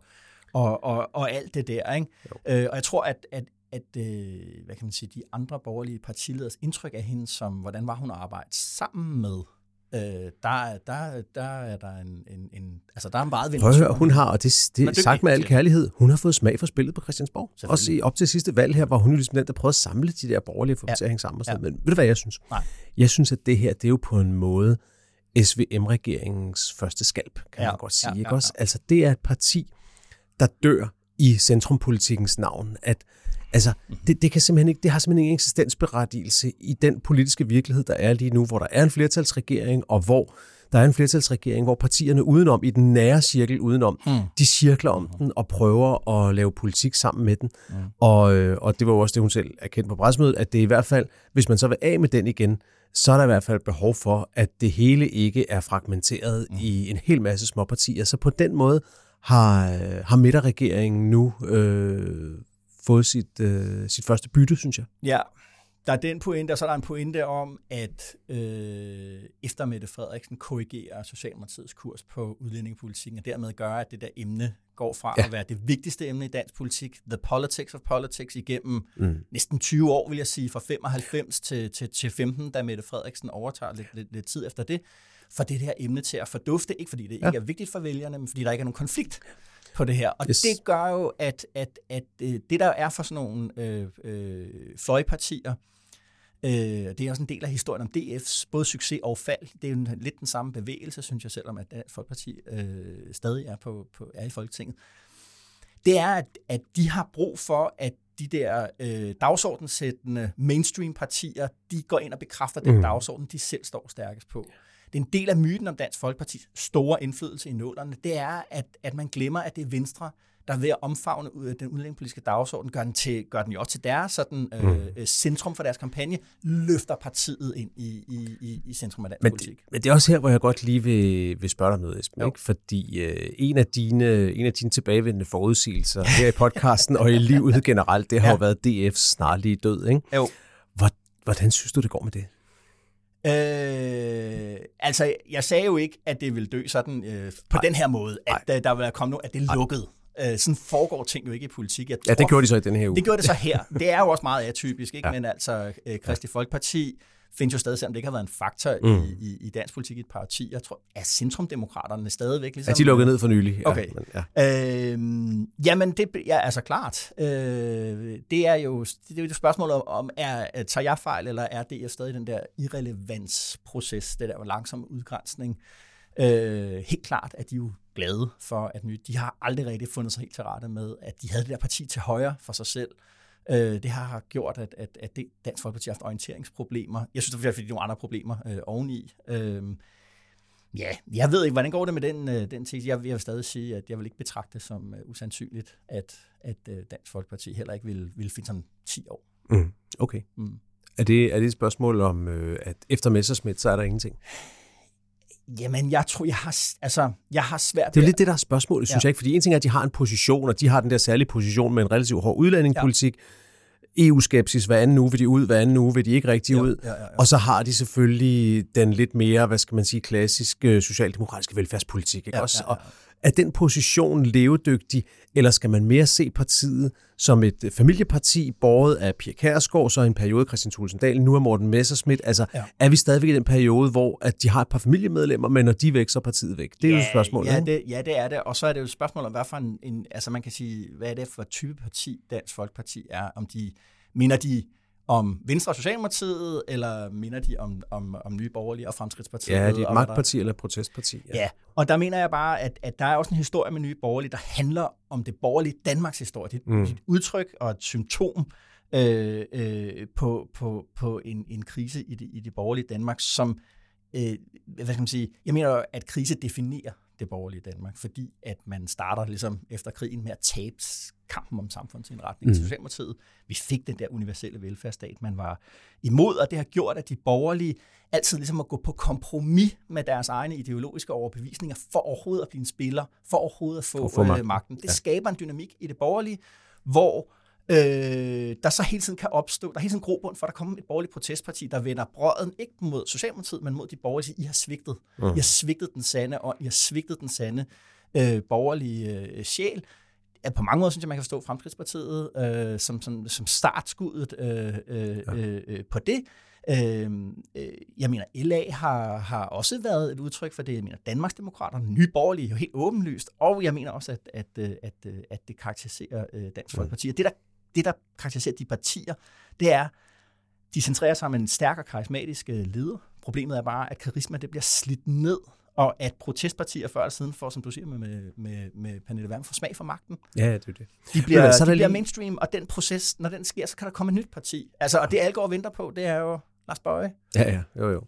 og alt det der, ikke? Og jeg tror, at hvad kan man sige, de andre borgerlige partileders indtryk af hende, som hvordan var hun at arbejde sammen med, der er der altså der er en meget ventur. Hun har, og det er sagt med al kærlighed, hun har fået smag for spillet på Christiansborg. Også op til sidste valg her, hvor hun jo ligesom den, der prøvede at samle de der borgerlige for til at hænge sammen. Men ved du hvad jeg synes? Nej. Jeg synes, at det her, det er jo på en måde SVM-regeringens første skalp, kan man godt sige. Ikke også? Altså det er et parti, der dør i centrumpolitikkens navn. Altså, det kan simpelthen ikke, det har simpelthen ingen eksistensberettigelse i den politiske virkelighed, der er lige nu, hvor der er en flertalsregering, og hvor der er en flertalsregering, hvor partierne udenom, i den nære cirkel udenom, de cirkler om den og prøver at lave politik sammen med den. Og det var jo også det, hun selv erkendte på pressemødet, at det i hvert fald, hvis man så vil af med den igen, så er der i hvert fald behov for, at det hele ikke er fragmenteret i en hel masse småpartier. Så på den måde har midterregeringen nu fået sit første bytte, synes jeg. Ja, der er den pointe, og så er der en pointe om, at efter Mette Frederiksen korrigerer Socialdemokratiets kurs på udlændingepolitikken, og dermed gør, at det der emne går fra at være det vigtigste emne i dansk politik, the politics of politics, igennem næsten 20 år, vil jeg sige, fra 95 til 15, da Mette Frederiksen overtager lidt tid efter det, for det her emne til at fordufte, ikke fordi det ikke er vigtigt for vælgerne, men fordi der ikke er nogen konflikt på det her. Og det gør jo, at det, der er for sådan nogle fløjpartier, det er også en del af historien om DF's både succes og fald. Det er jo lidt den samme bevægelse, synes jeg, selvom at Dansk Folkeparti stadig er i Folketinget. Det er, at de har brug for, at de der dagsordensættende mainstream-partier, de går ind og bekræfter den dagsorden, de selv står stærkest på. Det er en del af myten om Dansk Folkepartis store indflydelse i nålerne. Det er, at man glemmer, at det er Venstre, der ved at omfavne den udlændingepolitiske dagsorden, gør den jo også til deres sådan, centrum for deres kampagne, løfter partiet ind i centrum af dansk politik. Men det er også her, hvor jeg godt lige vil spørge dig noget, Esben, ikke? Fordi en af dine tilbagevendende forudsigelser her i podcasten og i livet generelt, det har jo været DF's snarlige død, ikke? Jo. Hvordan synes du, det går med det? Altså, jeg sagde jo ikke, at det ville dø sådan på den her måde, at der ville komme noget, at det lukkede. Sådan foregår ting jo ikke i politik. Jeg tror, det gjorde de så i den her uge. Det gjorde det så her. Det er jo også meget atypisk, ikke? Men altså, Kristeligt Folkeparti findes jo stadig, selvom det ikke har været en faktor i dansk politik i et par årtier. Jeg tror, er centrumdemokraterne stadigvæk ligesom... Er de lukket ned for nylig? Okay. Jamen, det er altså klart. Det er jo et spørgsmål om, tager jeg fejl, eller er det stadig den der irrelevansproces, det der langsomme udgrænsning? Helt klart er de jo glade for, at de har aldrig rigtig fundet sig helt til rette med, at de havde det der parti til højre for sig selv. Det har gjort, at Dansk Folkeparti har haft orienteringsproblemer. Jeg synes, det er fordi nogle andre problemer oveni. Jeg ved ikke, hvordan går det med den tese. Jeg vil stadig sige, at jeg vil ikke betragte det som usandsynligt, at Dansk Folkeparti heller ikke vil finde sådan 10 år Okay. Er det et spørgsmål om, at efter Messerschmidt, så er der ingenting? Jamen, jeg tror, jeg har svært. Det er jo lidt det, der er spørgsmålet, synes jeg ikke. Fordi en ting er, at de har en position, og de har den der særlige position med en relativt hård udlændingepolitik. EU-skepsis, hver anden uge vil de ud, hver anden uge vil de ikke rigtig ud. Og så har de selvfølgelig den lidt mere, hvad skal man sige, klassiske socialdemokratiske velfærdspolitik. Ikke? Også? Og er den position levedygtig, eller skal man mere se partiet som et familieparti, båret af Pia Kjærsgaard, så en periode Kristian Thulesen Dahl, nu er Morten Messerschmidt. Altså, er vi stadigvæk i den periode, hvor at de har et par familiemedlemmer, men når de væk, så er partiet væk? Det er jo et spørgsmål. Ja, det er det. Og så er det jo et spørgsmål om, hvad for en altså man kan sige, hvad er det for type parti, Dansk Folkeparti er, minder de om Venstre og Socialdemokratiet, eller minder de om Nye Borgerlige og Fremskridtspartiet? Ja, det er et magtparti eller et protestparti. Ja, og der mener jeg bare, at der er også en historie med Nye Borgerlige, der handler om det borgerlige Danmarks historie. Det er et udtryk og et symptom på en krise i det borgerlige Danmark, som, hvad skal man sige, jeg mener, at krise definerer det borgerlige Danmark, fordi at man starter ligesom efter krigen med at tabe kampen om samfundsindretning til Socialdemokratiet. Vi fik den der universelle velfærdsstat, man var imod, og det har gjort, at de borgerlige altid ligesom må gå på kompromis med deres egne ideologiske overbevisninger for overhovedet at blive en spiller, for overhovedet at få magten. Det skaber en dynamik i det borgerlige, hvor der så hele tiden kan opstå, der er hele tiden grobund for, at der kommer et borgerligt protestparti, der vender brøden ikke mod Socialdemokratiet, men mod de borgerlige. I har svigtet. I har svigtet den sande ånd. I har svigtet den sande borgerlige sjæl. På mange måder synes jeg, man kan forstå Fremskridtspartiet som startskuddet på det. Jeg mener, LA har også været et udtryk for det. Jeg mener, Danmarksdemokraterne, Nye Borgerlige er jo helt åbenlyst, og jeg mener også, at det karakteriserer Dansk Folkeparti. Og det, der karakteriserer de partier, det er, de centrerer sig om en stærk og karismatisk leder. Problemet er bare, at karisma det bliver slidt ned, og at protestpartier før eller siden får, som du siger med Pernille Vermund, får smag for magten. Ja, det er det. De bliver mainstream, og den proces, når den sker, så kan der komme et nyt parti. Altså, og det alle går og venter på, det er jo Lars Boje. Ja, jo.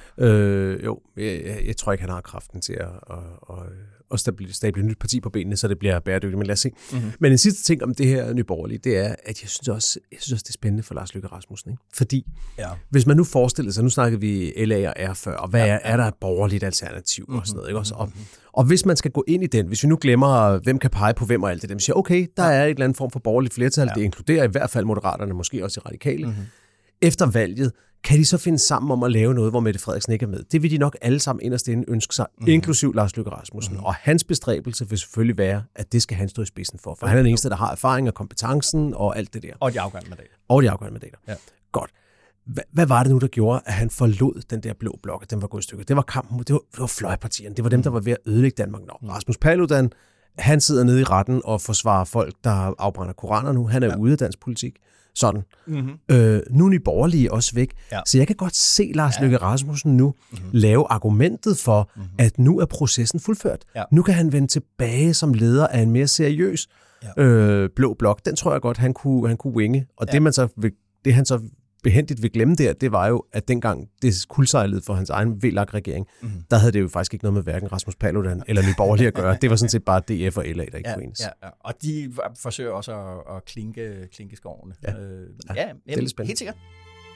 Jeg tror ikke, han har kraften til at stable et nyt parti på benene, så det bliver bæredygtigt, men lad os se. Men en sidste ting om det her Nye Borgerlige, det er, at jeg synes også, det er spændende for Lars Løkke Rasmussen. Ikke? Fordi hvis man nu forestiller sig, nu snakkede vi LA og R før, og hvad er der et borgerligt alternativ og sådan noget, ikke også? Og hvis man skal gå ind i den, hvis vi nu glemmer, hvem kan pege på hvem og alt det, dem siger, okay, der er et eller andet form for borgerligt flertal, det inkluderer i hvert fald Moderaterne, måske også de radikale. Efter valget, kan de så finde sammen om at lave noget, hvor Mette Frederiksen ikke er med? Det vil de nok alle sammen inderst inde ønske sig, inklusiv Lars Løkke Rasmussen. Og hans bestræbelse vil selvfølgelig være, at det skal han stå i spidsen for. For han er den eneste, der har erfaring og kompetencen og alt det der. Og de afgørende mandater. Ja. Godt. Hvad var det nu, der gjorde, at han forlod den der blå blok, at den var gået i stykker? Det var kampen, det var fløjpartierne. Det var dem, der var ved at ødelægge Danmark. Rasmus Paludan, han sidder nede i retten og forsvarer folk, der afbrænder koraner nu. Han er ude af dansk politik. Sådan. Nu er Nye Borgerlige også væk. Så jeg kan godt se Lars Løkke Rasmussen nu lave argumentet for, at nu er processen fuldført. Nu kan han vende tilbage som leder af en mere seriøs blå blok. Den tror jeg godt, han kunne winge. Og det han så behendigt vil glemme der, det var jo, at dengang det kuldsejlede for hans egen VLAG-regering, der havde det jo faktisk ikke noget med hverken Rasmus Paludan eller Nye Borgerlige at gøre. Det var sådan set bare DF og LA, der ikke kunne enes. Ja. Og de forsøger også at klinke skovene. Det er lidt spændende. Helt sikkert.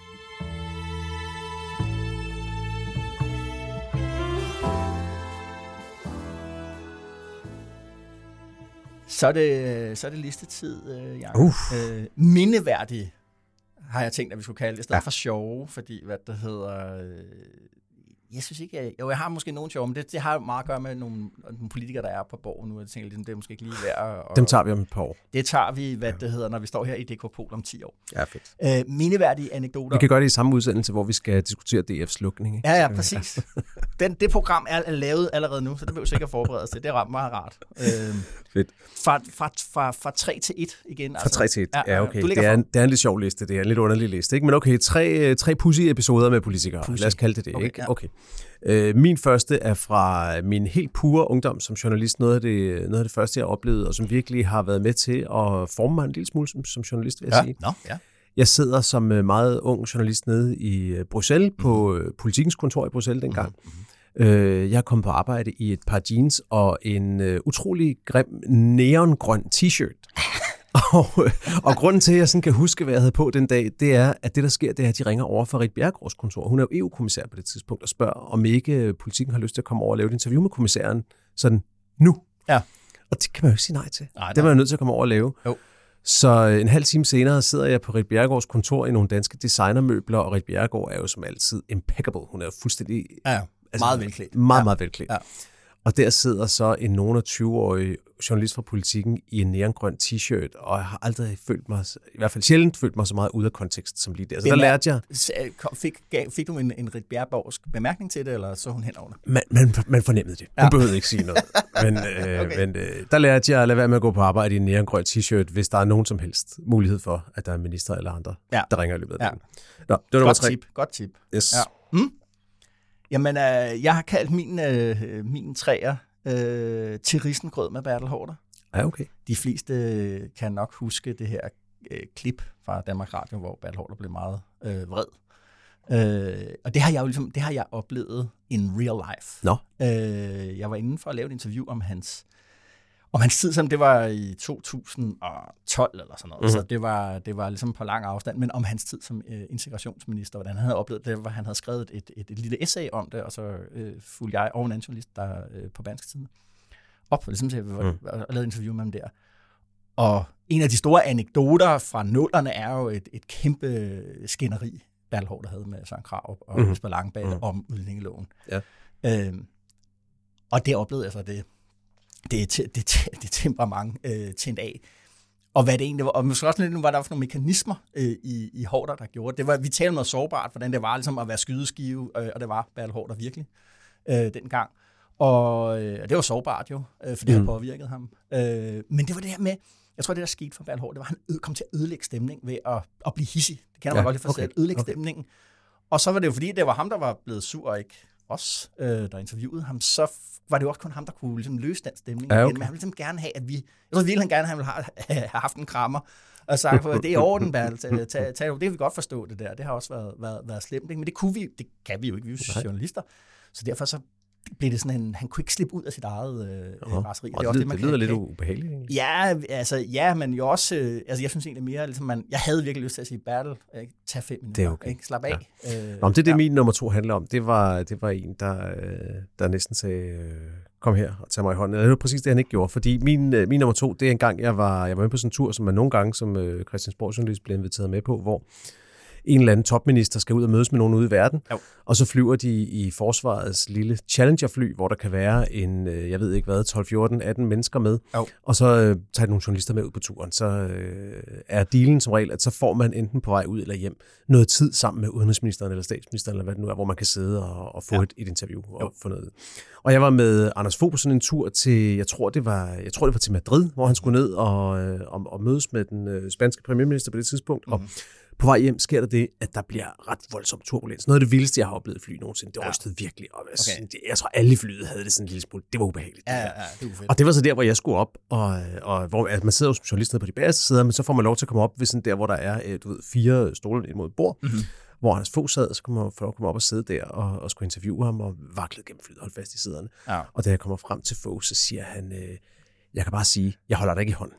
Så er det listetid, Jacob. Mindeværdig har jeg tænkt, at vi skulle kalde det, i stedet for sjove, fordi, hvad det hedder, jeg synes ikke, jeg har måske nogle sjove, men det har meget at gøre med nogle politikere, der er på borgen nu, jeg tænker, det er måske ikke lige værd. Dem tager vi om et par år. Det tager vi, det hedder, når vi står her i DK Pol om 10 år. Ja, fedt. Mindeværdige anekdoter. Vi kan gøre det i samme udsendelse, hvor vi skal diskutere DF's lukning. Ikke? Ja, præcis. Det program er lavet allerede nu, så det vil vi sikkert forberede os til. Det er meget rart. Fedt. Fra 3 til 1 igen. Fra 3 til 1, ja okay. Det er en lidt sjov liste, det er en lidt underlig liste, ikke? Men okay, tre pussy episoder med politikere. Lad os kalde det, ikke? Ja. Okay. Min første er fra min helt pure ungdom som journalist. Noget af det første, jeg oplevede, og som virkelig har været med til at forme mig en lille smule som journalist, vil jeg sige. Jeg sidder som meget ung journalist nede i Bruxelles, på Politikens kontor i Bruxelles dengang. Jeg er kommet på arbejde i et par jeans og en utrolig grim neongrøn t-shirt. Og grunden til, at jeg sådan kan huske, hvad jeg havde på den dag, det er, at det, der sker, det er, at de ringer over for Ritt Bjerregaards kontor. Hun er jo EU-kommissær på det tidspunkt og spørger, om ikke politikken har lyst til at komme over og lave et interview med kommissæren sådan nu. Ja. Og det kan man jo ikke sige nej til. Nej. Det var jeg nødt til at komme over og lave. Jo. Så en halv time senere sidder jeg på Ritt Bjerregaards kontor i nogle danske designermøbler, og Ritt Bjerregaard er jo som altid impeccable. Hun er jo fuldstændig... Ja, meget velklædt. Meget velklædt. Ja. Og der sidder så en nogen af 20-årig journalist fra Politikken i en neongrøn t-shirt, og jeg har aldrig følt mig, i hvert fald sjældent følt mig så meget ude af kontekst som lige der. Så der lærte jeg... Fik du en Ritt Bjerregaardsk bemærkning til det, eller så hun hen over det? Man fornemmede det. Hun behøvede ikke sige noget. Men der lærte jeg at lade være med at gå på arbejde i en neongrøn t-shirt, hvis der er nogen som helst mulighed for, at der er minister eller andre, der ringer i løbet af dagen. Nå, det var nummer 3. Godt tip. Yes. Ja. Jamen, jeg har kaldt min træer til risengrød med Bertel Haarder. Ja, okay. De fleste kan nok huske det her klip fra Danmarks Radio, hvor Bertel Haarder blev meget vred. Og det har jeg jo ligesom, det har jeg oplevet in real life. Nå. Jeg var inde for at lave et interview om hans tid, som det var i 2012 eller sådan noget. Mm-hmm. Så det var ligesom på lang afstand, men om hans tid som integrationsminister, hvordan han havde oplevet det, hvor han havde skrevet et lille essay om det, og så fulgte jeg og en anden journalist, der på Berlingske Tidende op, ligesom til og lavede interview med ham der. Og en af de store anekdoter fra nullerne er jo et kæmpe skænderi, Bertel Haarder havde med Søren Krarup og Jesper Langballe om udlændingeloven. Ja. Og det oplevede jeg så det temperament tændt af. Og hvad det egentlig var, og måske også lidt nu var der nogle mekanismer i Haarder, der gjorde det. Var, vi talte om noget sårbart, hvordan det var ligesom at være skydeskive, og det var Bertel Haarder virkelig dengang. Og det var sårbart jo, for det havde påvirket ham. Men det var det her med, jeg tror det der skete for Bertel Haarder, det var, at han kom til at ødelægge stemning ved at blive hissig. Det kender man godt lidt for sig, at ødelægge stemningen. Og så var det jo fordi, det var ham, der var blevet sur, og ikke os, der interviewede ham, så var det jo også kun ham, der kunne ligesom løse den stemning. Ja, okay. Men han ville ligesom gerne have, at jeg tror virkelig gerne, at han ville have haft en krammer, og sagt, det er i orden, Bertel, det kan vi godt forstå det der. Det har også været slemt, ikke? Men det kan vi jo ikke, vi er jo journalister. Så derfor så blev det sådan han kunne ikke slippe ud af sit eget raseri. Det lyder lidt ubehageligt, egentlig. Ja, men jo også, jeg synes egentlig mere, ligesom jeg havde virkelig lyst til at sige, Bertel, tag 5 minutter, det er okay. Ikke? Slap af. Ja. Det min nummer 2 handler om, det var en, der næsten sagde, kom her og tag mig i hånden. Det var præcis det, han ikke gjorde, fordi min nummer 2, det er en gang, jeg var med på sådan en tur, som man nogle gange som Christiansborg-journalist blev inviteret med på, hvor en eller anden topminister skal ud og mødes med nogen ude i verden, og så flyver de i forsvarets lille Challenger-fly, hvor der kan være jeg ved ikke hvad, 12, 14, 18 mennesker med, og så tager de nogle journalister med ud på turen. Så er dealen som regel, at så får man enten på vej ud eller hjem noget tid sammen med udenrigsministeren eller statsministeren, eller hvad det nu er, hvor man kan sidde og få et interview og få noget. Og jeg var med Anders Fogh på sådan en tur til, jeg tror det var til Madrid, hvor han skulle ned og mødes med den spanske premierminister på det tidspunkt, og på vej hjem sker der det, at der bliver ret voldsom turbulens. Noget af det vildeste, jeg har oplevet fly nogensinde. Det rystede virkelig op. Jeg tror, alle flyet havde det sådan en lille smule. Det var ubehageligt. Ja, det var fedt. Og det var så der, hvor jeg skulle op, og hvor man sidder jo som journalist nede på de bagerste sider, men så får man lov til at komme op ved sådan der, hvor der er 4 stole ind mod et bord, hvor Anders Fogh sad, så kunne man få lov at komme op og sidde der og skulle interviewe ham og vaklede gennem flyet, holde fast i sæderne. Ja. Og da jeg kommer frem til Fogh, så siger han, jeg kan bare sige, jeg holder dig ikke i hånden.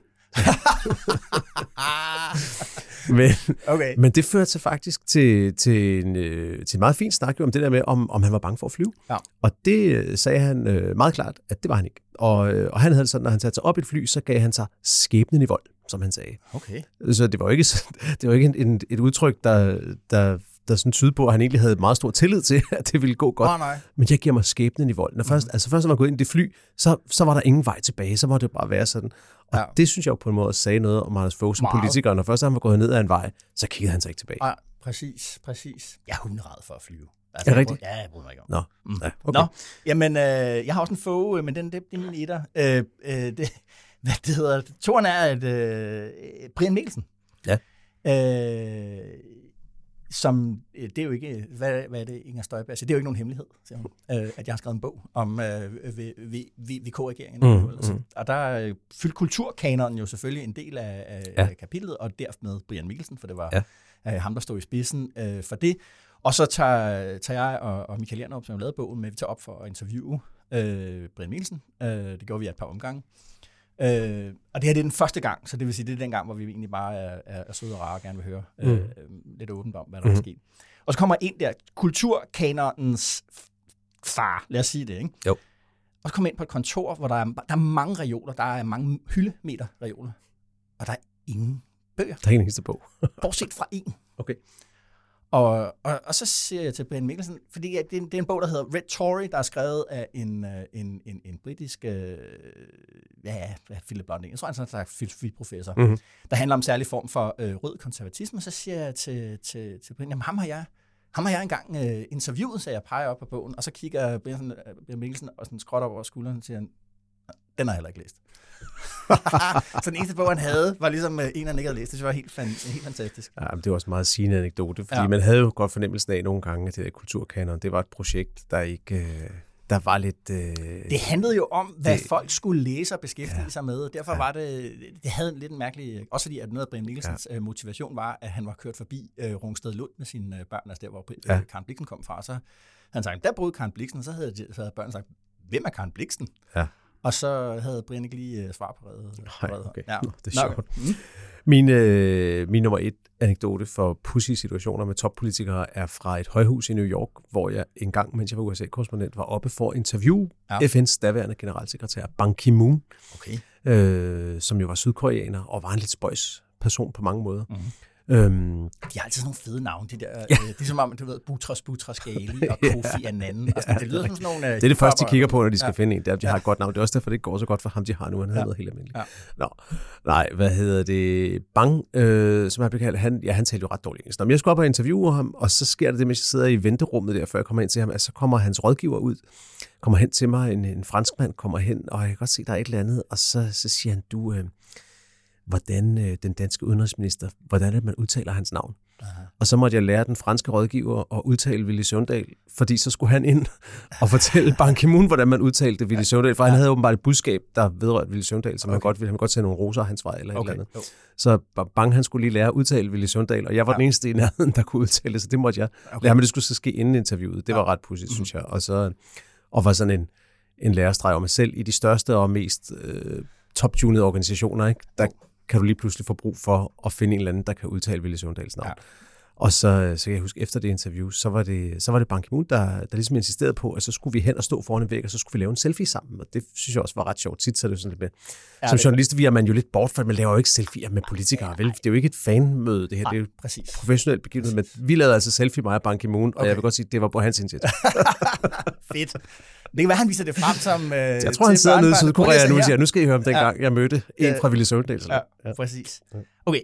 Men det førte sig faktisk til en meget fin snak om det der med, om han var bange for at flyve. Ja. Og det sagde han meget klart, at det var han ikke. Og han havde sådan, når han satte sig op i et fly, så gav han sig skæbnen i vold, som han sagde. Okay. Så det var ikke et udtryk, der sådan tyder på, at han egentlig havde meget stor tillid til, at det ville gå godt. Nej. Men jeg giver mig skæbnen i vold. Først når man gået ind i det fly, så var der ingen vej tilbage. Så måtte det bare være sådan. Og det synes jeg jo på en måde sagde noget om Anders Fogh som politiker. Når først han var gået ned ad en vej, så kiggede han sig ikke tilbage. Ja, præcis. Jeg er hunderad for at flyve. Altså, er det rigtigt? Jeg bryder mig ikke om. Nå. Ja, okay. Nå, jamen, jeg har også en Fogh, men det er min etter. Hvad det hedder? Toren er Brian Mikkelsen. Ja. Som, det er jo ikke, hvad er det, Inger Støjberg siger? Det er jo ikke nogen hemmelighed, siger hun, at jeg har skrevet en bog om VK-regeringen. Og der fyldte kulturkanonen jo selvfølgelig en del af kapitlet, og dermed Brian Mikkelsen, for det var ham, der stod i spidsen for det. Og så tager jeg og Michael Lernerup, som har lavet bogen, med til op for at interviewe Brian Mikkelsen. Det gjorde vi et par omgange. Og det her det er den første gang, så det vil sige, det er den gang, hvor vi egentlig bare er søde og rare og gerne vil høre lidt åbent om, hvad der er sket. Og så kommer ind der, kulturkanonens far, lad os sige det, ikke? Jo. Og så kommer ind på et kontor, hvor der er mange reoler, der er mange hyldemeter reoler, og der er ingen bøger. Der er ingen eneste bog. Bortset fra en. Okay. Og så siger jeg til Brian Mikkelsen, fordi det er en bog, der hedder Red Tory, der er skrevet af en britisk Philip Blondin, jeg tror, han er en slags filosofiprofessor, der handler om en særlig form for rød konservatisme. Så siger jeg til Brian, jamen ham har jeg engang interviewet, så jeg peger op på bogen, og så kigger Brian Mikkelsen og sådan skråt op over skulderen og siger, den har jeg heller ikke læst. Så den eneste bog, han havde, var ligesom en, han ikke havde læst. Det var helt fantastisk. Ja, men det var også en meget sigende anekdote, fordi man havde jo godt fornemmelsen af nogle gange, at det der kulturkanon, det var et projekt, der ikke... Der var lidt... Det handlede jo om, hvad folk skulle læse og beskæftige sig med. Derfor var det havde lidt en mærkelig... Også fordi, at noget af Brian Mikkelsens motivation var, at han var kørt forbi Rungsted Lund med sine børn, altså der, hvor Karen Blixen kom fra. Så han sagde, der boede Karen Blixen, og så havde børnene sagt, hvem er Karen Blixen? Ja. Og så havde Brian ikke lige svar på reddet. Okay. Ja. Det er sjovt. Min nummer 1 anekdote for pudsige situationer med toppolitikere er fra et højhus i New York, hvor jeg en gang, mens jeg var USA-korrespondent, var oppe for at interviewe FN's daværende generalsekretær Ban Ki-moon, som jo var sydkoreaner og var en lidt spøjs person på mange måder. De har altid sådan nogle fede navne, de der. Det er som om, du ved, Boutros Ghali og Kofi Annan. Altså, det lyder som sådan nogle... Det er det første, de kigger på, når de skal finde en. Det er, at de har et godt navn. Det er også derfor, det går så godt for ham, de har nu. Han hedder noget helt almindeligt. Hvad hedder det? Bang, som jeg bliver kaldt, han talte jo ret dårligt engelsk. Jeg skulle op og interviewe ham, og så sker det, mens jeg sidder i venterummet der, før jeg kommer ind til ham, at så kommer hans rådgiver ud, kommer hen til mig, en franskmand kommer hen, og jeg kan godt se, der er et eller andet, og så siger han, hvordan den danske udenrigsminister, hvordan man udtaler hans navn. Aha. Og så måtte jeg lære den franske rådgiver at udtale Villy Søvndal, fordi så skulle han ind og fortælle Ban Ki-moon, hvordan man udtalte Villy Søvndal, for han havde åbenbart et budskab, der vedrørte Villy Søvndal, så han ville godt sende nogle roser af hans vej eller et eller andet. Så Bang, han skulle lige lære at udtale Villy Søvndal, og jeg var den eneste i nærheden, der kunne udtale det, så det måtte jeg lære, men det skulle så ske inden interviewet. Det var ret pudsigt, synes jeg. Og var sådan en lærestreg om mig selv i de største og mest top-tunede organisationer, ikke? Der kan du lige pludselig få brug for at finde en eller anden, der kan udtale Villy Søvndals navn. Ja. Og så kan jeg huske, efter det interview, så var det Ban Ki-moon, der ligesom insisterede på, at så skulle vi hen og stå foran en væg, og så skulle vi lave en selfie sammen. Og det synes jeg også var ret sjovt. Tit så er det sådan lidt med. Som journalister er man jo lidt bort for, at man laver jo ikke selfies med politikere. Vel? Det er jo ikke et fanmøde, det her. Nej, det er jo professionelt begivenhed. Men vi lavede altså selfie mig og Ban Ki-moon, og jeg vil godt sige, at det var på hans initiativ. Fedt. Det kan være, han viser det frem som... jeg tror, han sidder nede i Sydkorea nu og siger, nu skal I høre om dengang, jeg mødte en fra Villy Søvndal. Ja, præcis. Okay.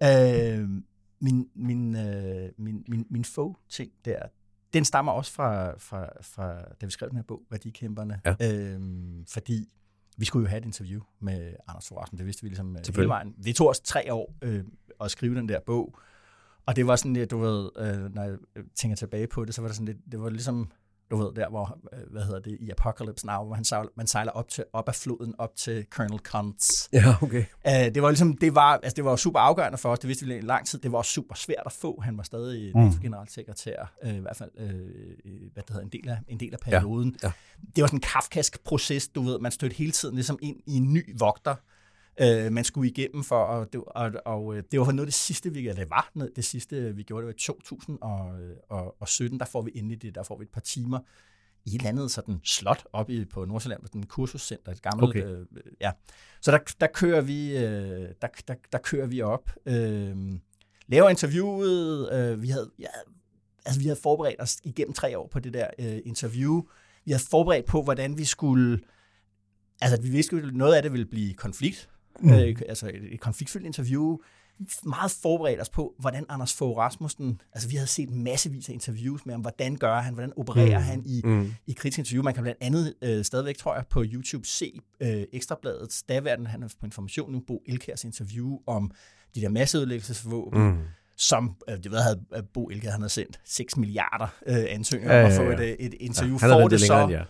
Min faux-ting der, den stammer også fra da vi skrev den her bog, Værdikæmperne. Ja. Fordi vi skulle jo have et interview med Anders Fogh Rasmussen. Det vidste vi ligesom hele vejen. Det tog os 3 år at skrive den der bog. Og det var sådan lidt, du ved, når jeg tænker tilbage på det, så var det sådan lidt, det var ligesom... Du ved, der hvor, i Apocalypse Now, hvor man sejler op af floden, op til Colonel Kuntz. Ja, okay. Det var ligesom, det var super afgørende for os, det vidste vi i lang tid, det var også super svært at få. Han var stadig NATO-generalsekretær, i hvert fald, en del af perioden. Ja. Det var sådan en kafkask proces, du ved, man stødte hele tiden ligesom ind i en ny vogter, man skulle igennem for, og det var noget af det sidste, vi gjorde, det var i 2017, der får vi endelig det, der får vi et par timer i et eller andet sådan slot oppe på Nordsjælland, med den kursuscenter, et gammelt, Så der kører vi op, laver interviewet, vi havde forberedt os igennem 3 år på det der interview, vi havde forberedt på, hvordan vi skulle, altså vi vidste jo, noget af det ville blive konflikt, altså et konfliktfyldt interview, meget forberedt os på, hvordan Anders Fogh Rasmussen, altså vi havde set massevis af interviews med ham, hvordan gør han, hvordan opererer han i kritiske interview. Man kan blandt andet stadigvæk, tror jeg, på YouTube se Ekstrabladets daværende, han er på Information nu, Bo Elkjærs interview om de der masseødelæggelsesvåben, som, havde Bo Elkjær, han havde sendt 6 milliarder ansøgninger om at få et interview for det så.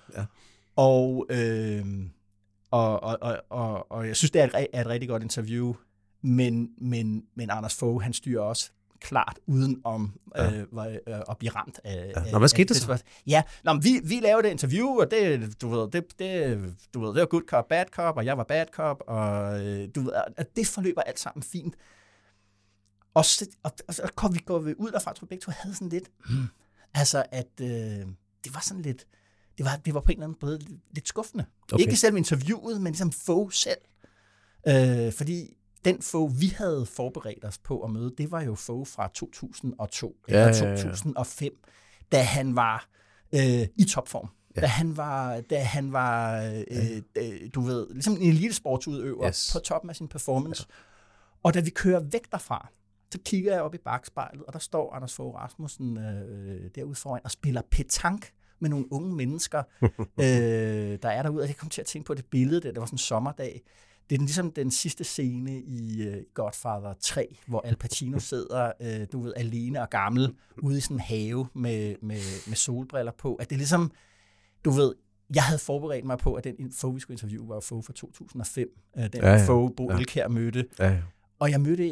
Og jeg synes, det er et rigtig godt interview, men Anders Fogh, han styrer også klart, uden om at blive ramt af... Nå, hvad skete der så? Ja, men vi lavede et interview, og det, du ved, det var good cop, bad cop, og jeg var bad cop, og du ved, at det forløber alt sammen fint. Og så går vi ud derfra, tror jeg begge to havde sådan lidt... Altså, at det var sådan lidt... Det var på en eller anden måde lidt skuffende. Okay. Ikke selv interviewet, men ligesom Fogh selv. Fordi den Fogh, vi havde forberedt os på at møde, det var jo Fogh fra 2002 eller 2005, da han var i topform. Ja. Da han var du ved, ligesom en elitesportsudøver på toppen af sin performance. Ja. Og da vi kører væk derfra, så kigger jeg op i bagspejlet, og der står Anders Fogh Rasmussen derude foran og spiller petanque med nogle unge mennesker, der er derude. Og jeg kom til at tænke på det billede, det var sådan en sommerdag. Det er ligesom den sidste scene i Godfather 3, hvor Al Pacino sidder, du ved, alene og gammel, ude i sådan en have med solbriller på. At det er ligesom, du ved, jeg havde forberedt mig på, at den Fogh, vi skulle interviewe, var Fogh fra 2005. Den Fogh, Bo Elkjær mødte. Ja. Og jeg mødte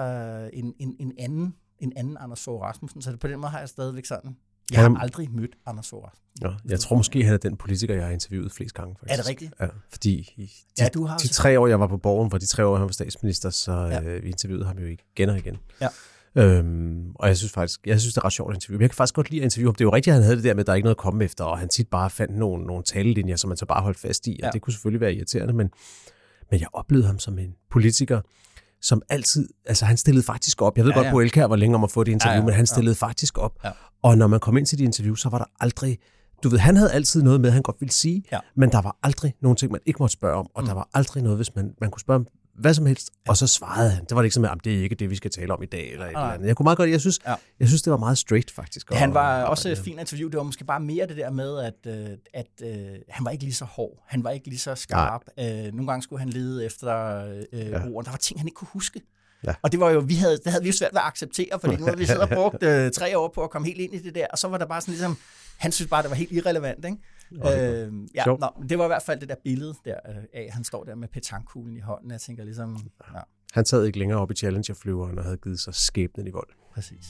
en anden Anders Fogh Rasmussen, så på den måde har jeg stadigvæk sådan. Jeg har aldrig mødt Anders Fogh Rasmussen. Ja, jeg tror måske, han er den politiker, jeg har interviewet flest gange. Faktisk. Er det rigtigt? Ja, fordi de 3 år, jeg var på Borgen, var de 3 år, han var statsminister, så vi interviewede ham jo igen og igen. Ja. Og jeg synes det er ret sjovt at interviewe. Jeg kan faktisk godt lide at interviewe ham. Det er jo rigtigt, at han havde det der med, at der er ikke noget at komme efter, og han tit bare fandt nogle talelinjer, som man så bare holdt fast i, og det kunne selvfølgelig være irriterende, men jeg oplevede ham som en politiker, som altid, altså han stillede faktisk op. Jeg ved godt, Bo Elkjær var længe om at få det interview, men han stillede faktisk op. Ja. Og når man kom ind til de interview, så var der aldrig, du ved, han havde altid noget med, han godt ville sige, men der var aldrig nogen ting, man ikke måtte spørge om, og der var aldrig noget, hvis man kunne spørge om hvad som helst, og så svarede han. Det var ikke sådan, at det er ikke det, vi skal tale om i dag, eller et eller andet. Jeg kunne meget godt, jeg synes, det var meget straight, faktisk. Han var også et fint interview. Det var måske bare mere det der med, at han var ikke lige så hård. Han var ikke lige så skarp. Nogle gange skulle han lede efter ord. Der var ting, han ikke kunne huske. Ja. Og det var jo, det havde vi jo svært ved at acceptere, fordi nu har vi siddet og brugt 3 år på at komme helt ind i det der, og så var der bare sådan ligesom, han synes bare, det var helt irrelevant, ikke? Det var i hvert fald det der billede der af, han står der med petankuglen i hånden. Jeg tænker ligesom... Ja. Han sad ikke længere op i Challenger-flyveren og havde givet sig skæbnen i vold. Præcis.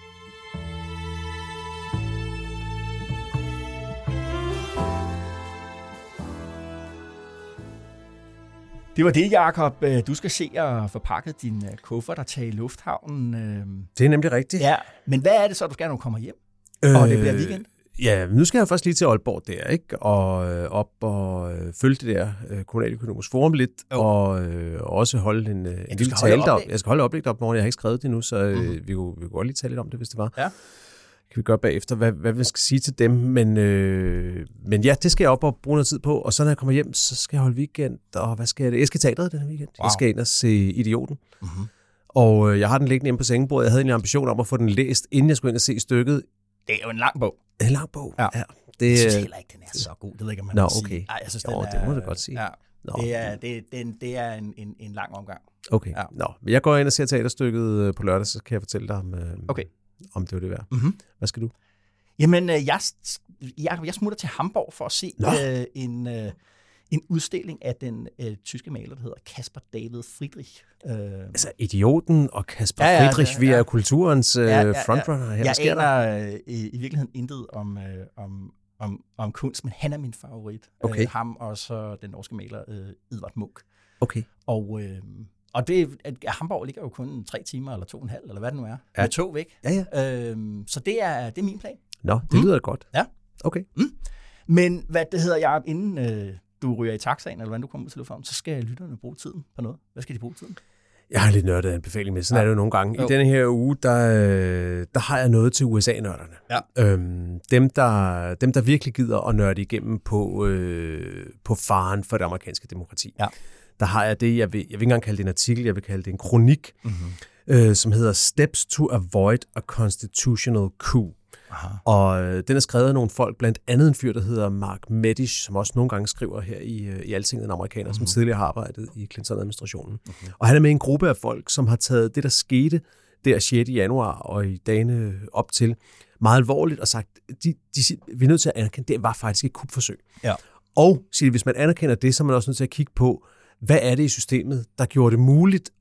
Det var det, Jacob. Du skal se og få pakket din kuffert og tage i lufthavnen. Det er nemlig rigtigt. Ja, men hvad er det så, du skal, når du kommer hjem? Og det bliver weekend? Ja, nu skal jeg først lige til Aalborg der, ikke? Og op og følge det der kommunaløkonomisk forum lidt, og også holde en lille tale der. Jeg skal holde oplæg op morgen. Jeg har ikke skrevet det endnu, så vi kunne godt lige tale lidt om det, hvis det var. Ja. Kan vi gøre bagefter, hvad vi skal sige til dem. Men ja, det skal jeg op og bruge noget tid på. Og så når jeg kommer hjem, så skal jeg holde weekend. Og hvad skal jeg? Jeg skal teateret den weekend. Wow. Jeg skal ind og se Idioten. Mm-hmm. Og jeg har den liggende hjemme på sengebordet. Jeg havde en ambition om at få den læst, inden jeg skulle ind og se stykket. Det er jo en lang bog. En lang bog, ja. Jeg synes heller ikke, den er så god. Det ved ikke, om man kan sige. Ej, jeg synes, det må du godt sige. Ja. Det er en lang omgang. Okay. Ja. Men jeg går ind og ser teaterstykket på lørdag, så kan jeg fortælle dig om det var det værd. Mm-hmm. Hvad skal du? Jamen, jeg smutter til Hamburg for at se en udstilling af den tyske maler, der hedder Caspar David Friedrich. Altså Idioten og Caspar Friedrich, vi er kulturens frontrunner her. Jeg aner i virkeligheden intet om kunst, men han er min favorit. Okay. Ham og så den norske maler Edvard Munch. Okay. Og Hamburg ligger jo kun 3 timer eller 2,5, eller hvad det nu er. Ja. Med tog væk. Ja. Så det er min plan. Nå, det lyder godt. Ja. Okay. Men hvad det hedder, jeg inden du ryger i taxaen, eller hvordan du kommer ud til lufthavnen, så skal lytterne bruge tiden på noget. Hvad skal de bruge tiden? Jeg har lidt nørdet anbefaling med. Sådan er det jo nogle gange. I denne her uge, der har jeg noget til USA-nørderne. Ja. Dem, der virkelig gider at nørde igennem på faren for det amerikanske demokrati. Ja. Der har jeg det, jeg vil ikke engang kalde det en artikel, jeg vil kalde det en kronik, som hedder Steps to Avoid a Constitutional Coup. Aha. Og den er skrevet af nogle folk, blandt andet en fyr, der hedder Mark Medish, som også nogle gange skriver her i Altinget, en amerikaner, som tidligere har arbejdet i Clinton-administrationen. Og han er med en gruppe af folk, som har taget det, der skete der 6. januar og i dagene op til, meget alvorligt og sagt, vi er nødt til at anerkende, det var faktisk et kupforsøg. Ja. Og siger, hvis man anerkender det, så er man også nødt til at kigge på, hvad er det i systemet, der gjorde det muligt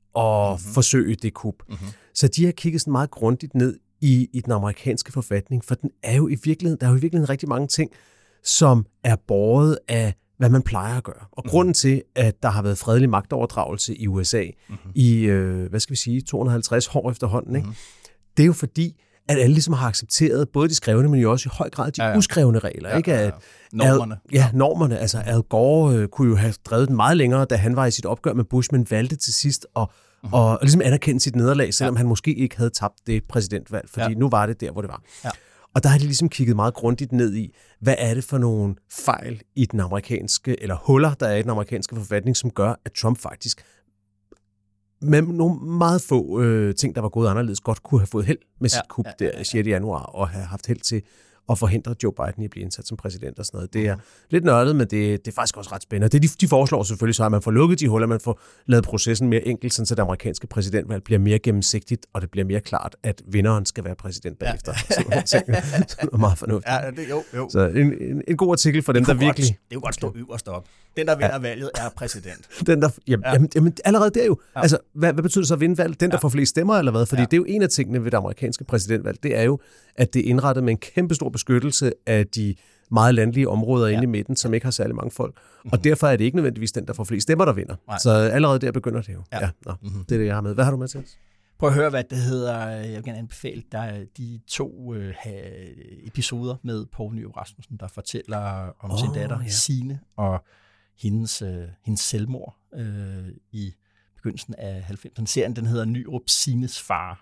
at forsøge det kup. Så de har kigget sådan meget grundigt ned i den amerikanske forfatning, for den er jo i virkeligheden, der er jo i virkeligheden rigtig mange ting, som er båret af, hvad man plejer at gøre. Og grunden til, at der har været fredelig magtoverdragelse i USA i, 250 år efterhånden, ikke? Det er jo fordi, at alle ligesom har accepteret både de skrevne, men jo også i høj grad de uskrevne regler. Ikke? At normerne. Normerne. Altså Al Gore kunne jo have drevet den meget længere, da han var i sit opgør med Bush, men valgte til sidst og ligesom anerkende sit nederlag, selvom han måske ikke havde tabt det præsidentvalg, fordi nu var det der, hvor det var. Ja. Og der har de ligesom kigget meget grundigt ned i, hvad er det for nogle fejl i den amerikanske, eller huller, der er i den amerikanske forfatning, som gør, at Trump faktisk med nogle meget få ting, der var gået anderledes, godt kunne have fået held med sit kup der 6. januar, og have haft held til at forhindre Joe Biden i at blive indsat som præsident og sådan noget. Det er lidt nørdet, men det er faktisk også ret spændende. Det de foreslår selvfølgelig så, at man får lukket de huller, man får lavet processen mere enkel, så det amerikanske præsidentvalg bliver mere gennemsigtigt, og det bliver mere klart, at vinderen skal være præsident bagefter. Så det er meget fornuftigt. Ja, det, jo. Så en god artikel for dem, der virkelig... Det er jo godt stå øverst op. Den, der vinder valget, er præsident. Den, der, jamen, allerede der jo. Ja. Altså, hvad betyder det så at vinde valget? Den, der får flest stemmer, eller hvad? Fordi det er jo en af tingene ved det amerikanske præsidentvalg, det er jo, at det er indrettet med en kæmpe stor beskyttelse af de meget landlige områder inde i midten, som ikke har særlig mange folk. Og derfor er det ikke nødvendigvis den, der får flest stemmer, der vinder. Så allerede der begynder det jo. Det er det, jeg har med. Hvad har du med til os? Prøv at høre, hvad det hedder. Jeg vil gerne anbefale, der er de 2 episoder med Poul Nyrup Rasmussen, der fortæller om sin datter, Signe, og hendes selvmord i begyndelsen af 90'erne. Serien, den hedder Nyrup Signes far,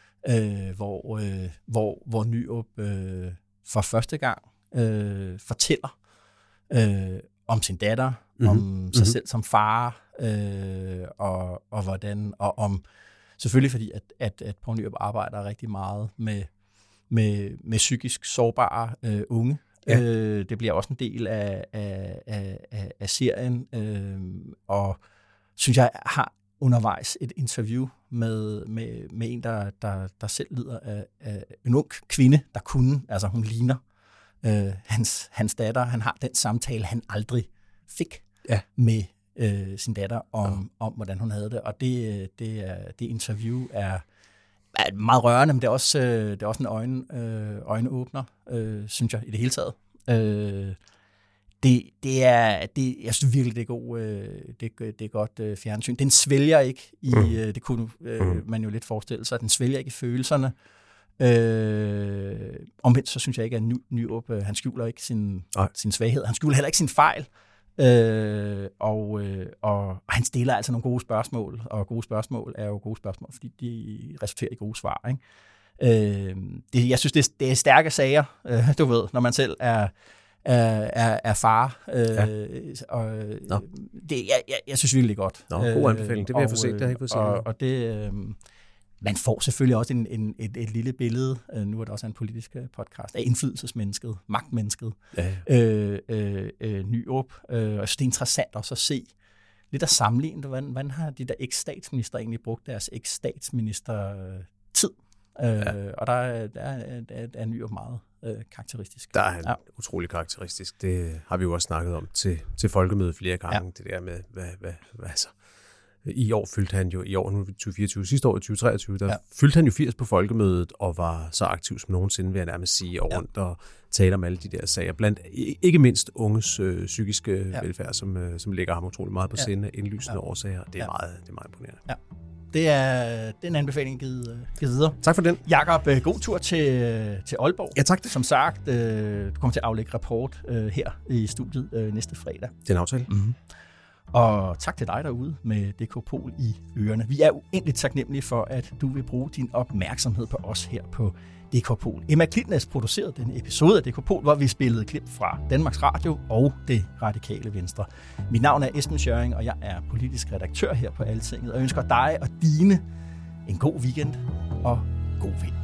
hvor Nyrup for første gang fortæller om sin datter, om sig selv som far, og hvordan, og om selvfølgelig fordi, at Poul Nyrup arbejder rigtig meget med psykisk sårbare unge. Ja. Det bliver også en del af serien, og synes jeg har undervejs et interview med en, der selv lider af en ung kvinde, der kunne, altså hun ligner hans datter. Han har den samtale, han aldrig fik med sin datter om, hvordan hun havde det, og det interview er meget rørende, men det er også en øjenåbner, synes jeg, i det hele taget. Jeg synes virkelig, det er godt fjernsyn. Den svælger ikke i, det kunne man jo lidt forestille sig, den svælger ikke i følelserne. Omvendt så synes jeg ikke, at Nyrup, han skjuler ikke sin svaghed. Han skjuler heller ikke sin fejl. Og han stiller altså nogle gode spørgsmål, og gode spørgsmål er jo gode spørgsmål, fordi de resulterer i gode svar, ikke? Jeg synes, det er stærke sager, du ved, når man selv er far. Jeg synes virkelig godt. God anbefaling, det vil jeg få set, det har jeg ikke fået set. Og det... Man får selvfølgelig også et lille billede, nu er der også en politisk podcast, af indflydelsesmennesket, magtmennesket, Nyrup. Og jeg synes, det er interessant også at se, lidt at sammenligne, hvordan har de der eks-statsminister egentlig brugt deres eks-statsminister-tid? Og der er Nyrup meget karakteristisk. Der er han utrolig karakteristisk. Det har vi jo også snakket om til folkemødet flere gange, det der med, hvad altså... I år fyldte han jo, i år nu 2024, sidste år i 2023, der fyldte han jo 80 på folkemødet, og var så aktiv som nogensinde, vil jeg nærmest sige, og rundt og tale om alle de der sager. Blandt ikke mindst unges psykiske velfærd, som ligger ham utrolig meget på sinde, indlysende årsager. Det er meget imponerende. Ja. Det er en anbefaling givet videre. Tak for den. Jakob, god tur til Aalborg. Ja, tak. Som sagt, du kommer til at aflægge rapport her i studiet næste fredag. Det er en aftale. Mm-hmm. Og tak til dig derude med DK Pol i ørerne. Vi er uendeligt taknemmelige for, at du vil bruge din opmærksomhed på os her på DK Pol. Emma Klitnes producerede denne episode af DK Pol, hvor vi spillede klip fra Danmarks Radio og det radikale Venstre. Mit navn er Esben Schøring, og jeg er politisk redaktør her på Altinget, og ønsker dig og dine en god weekend og god vind.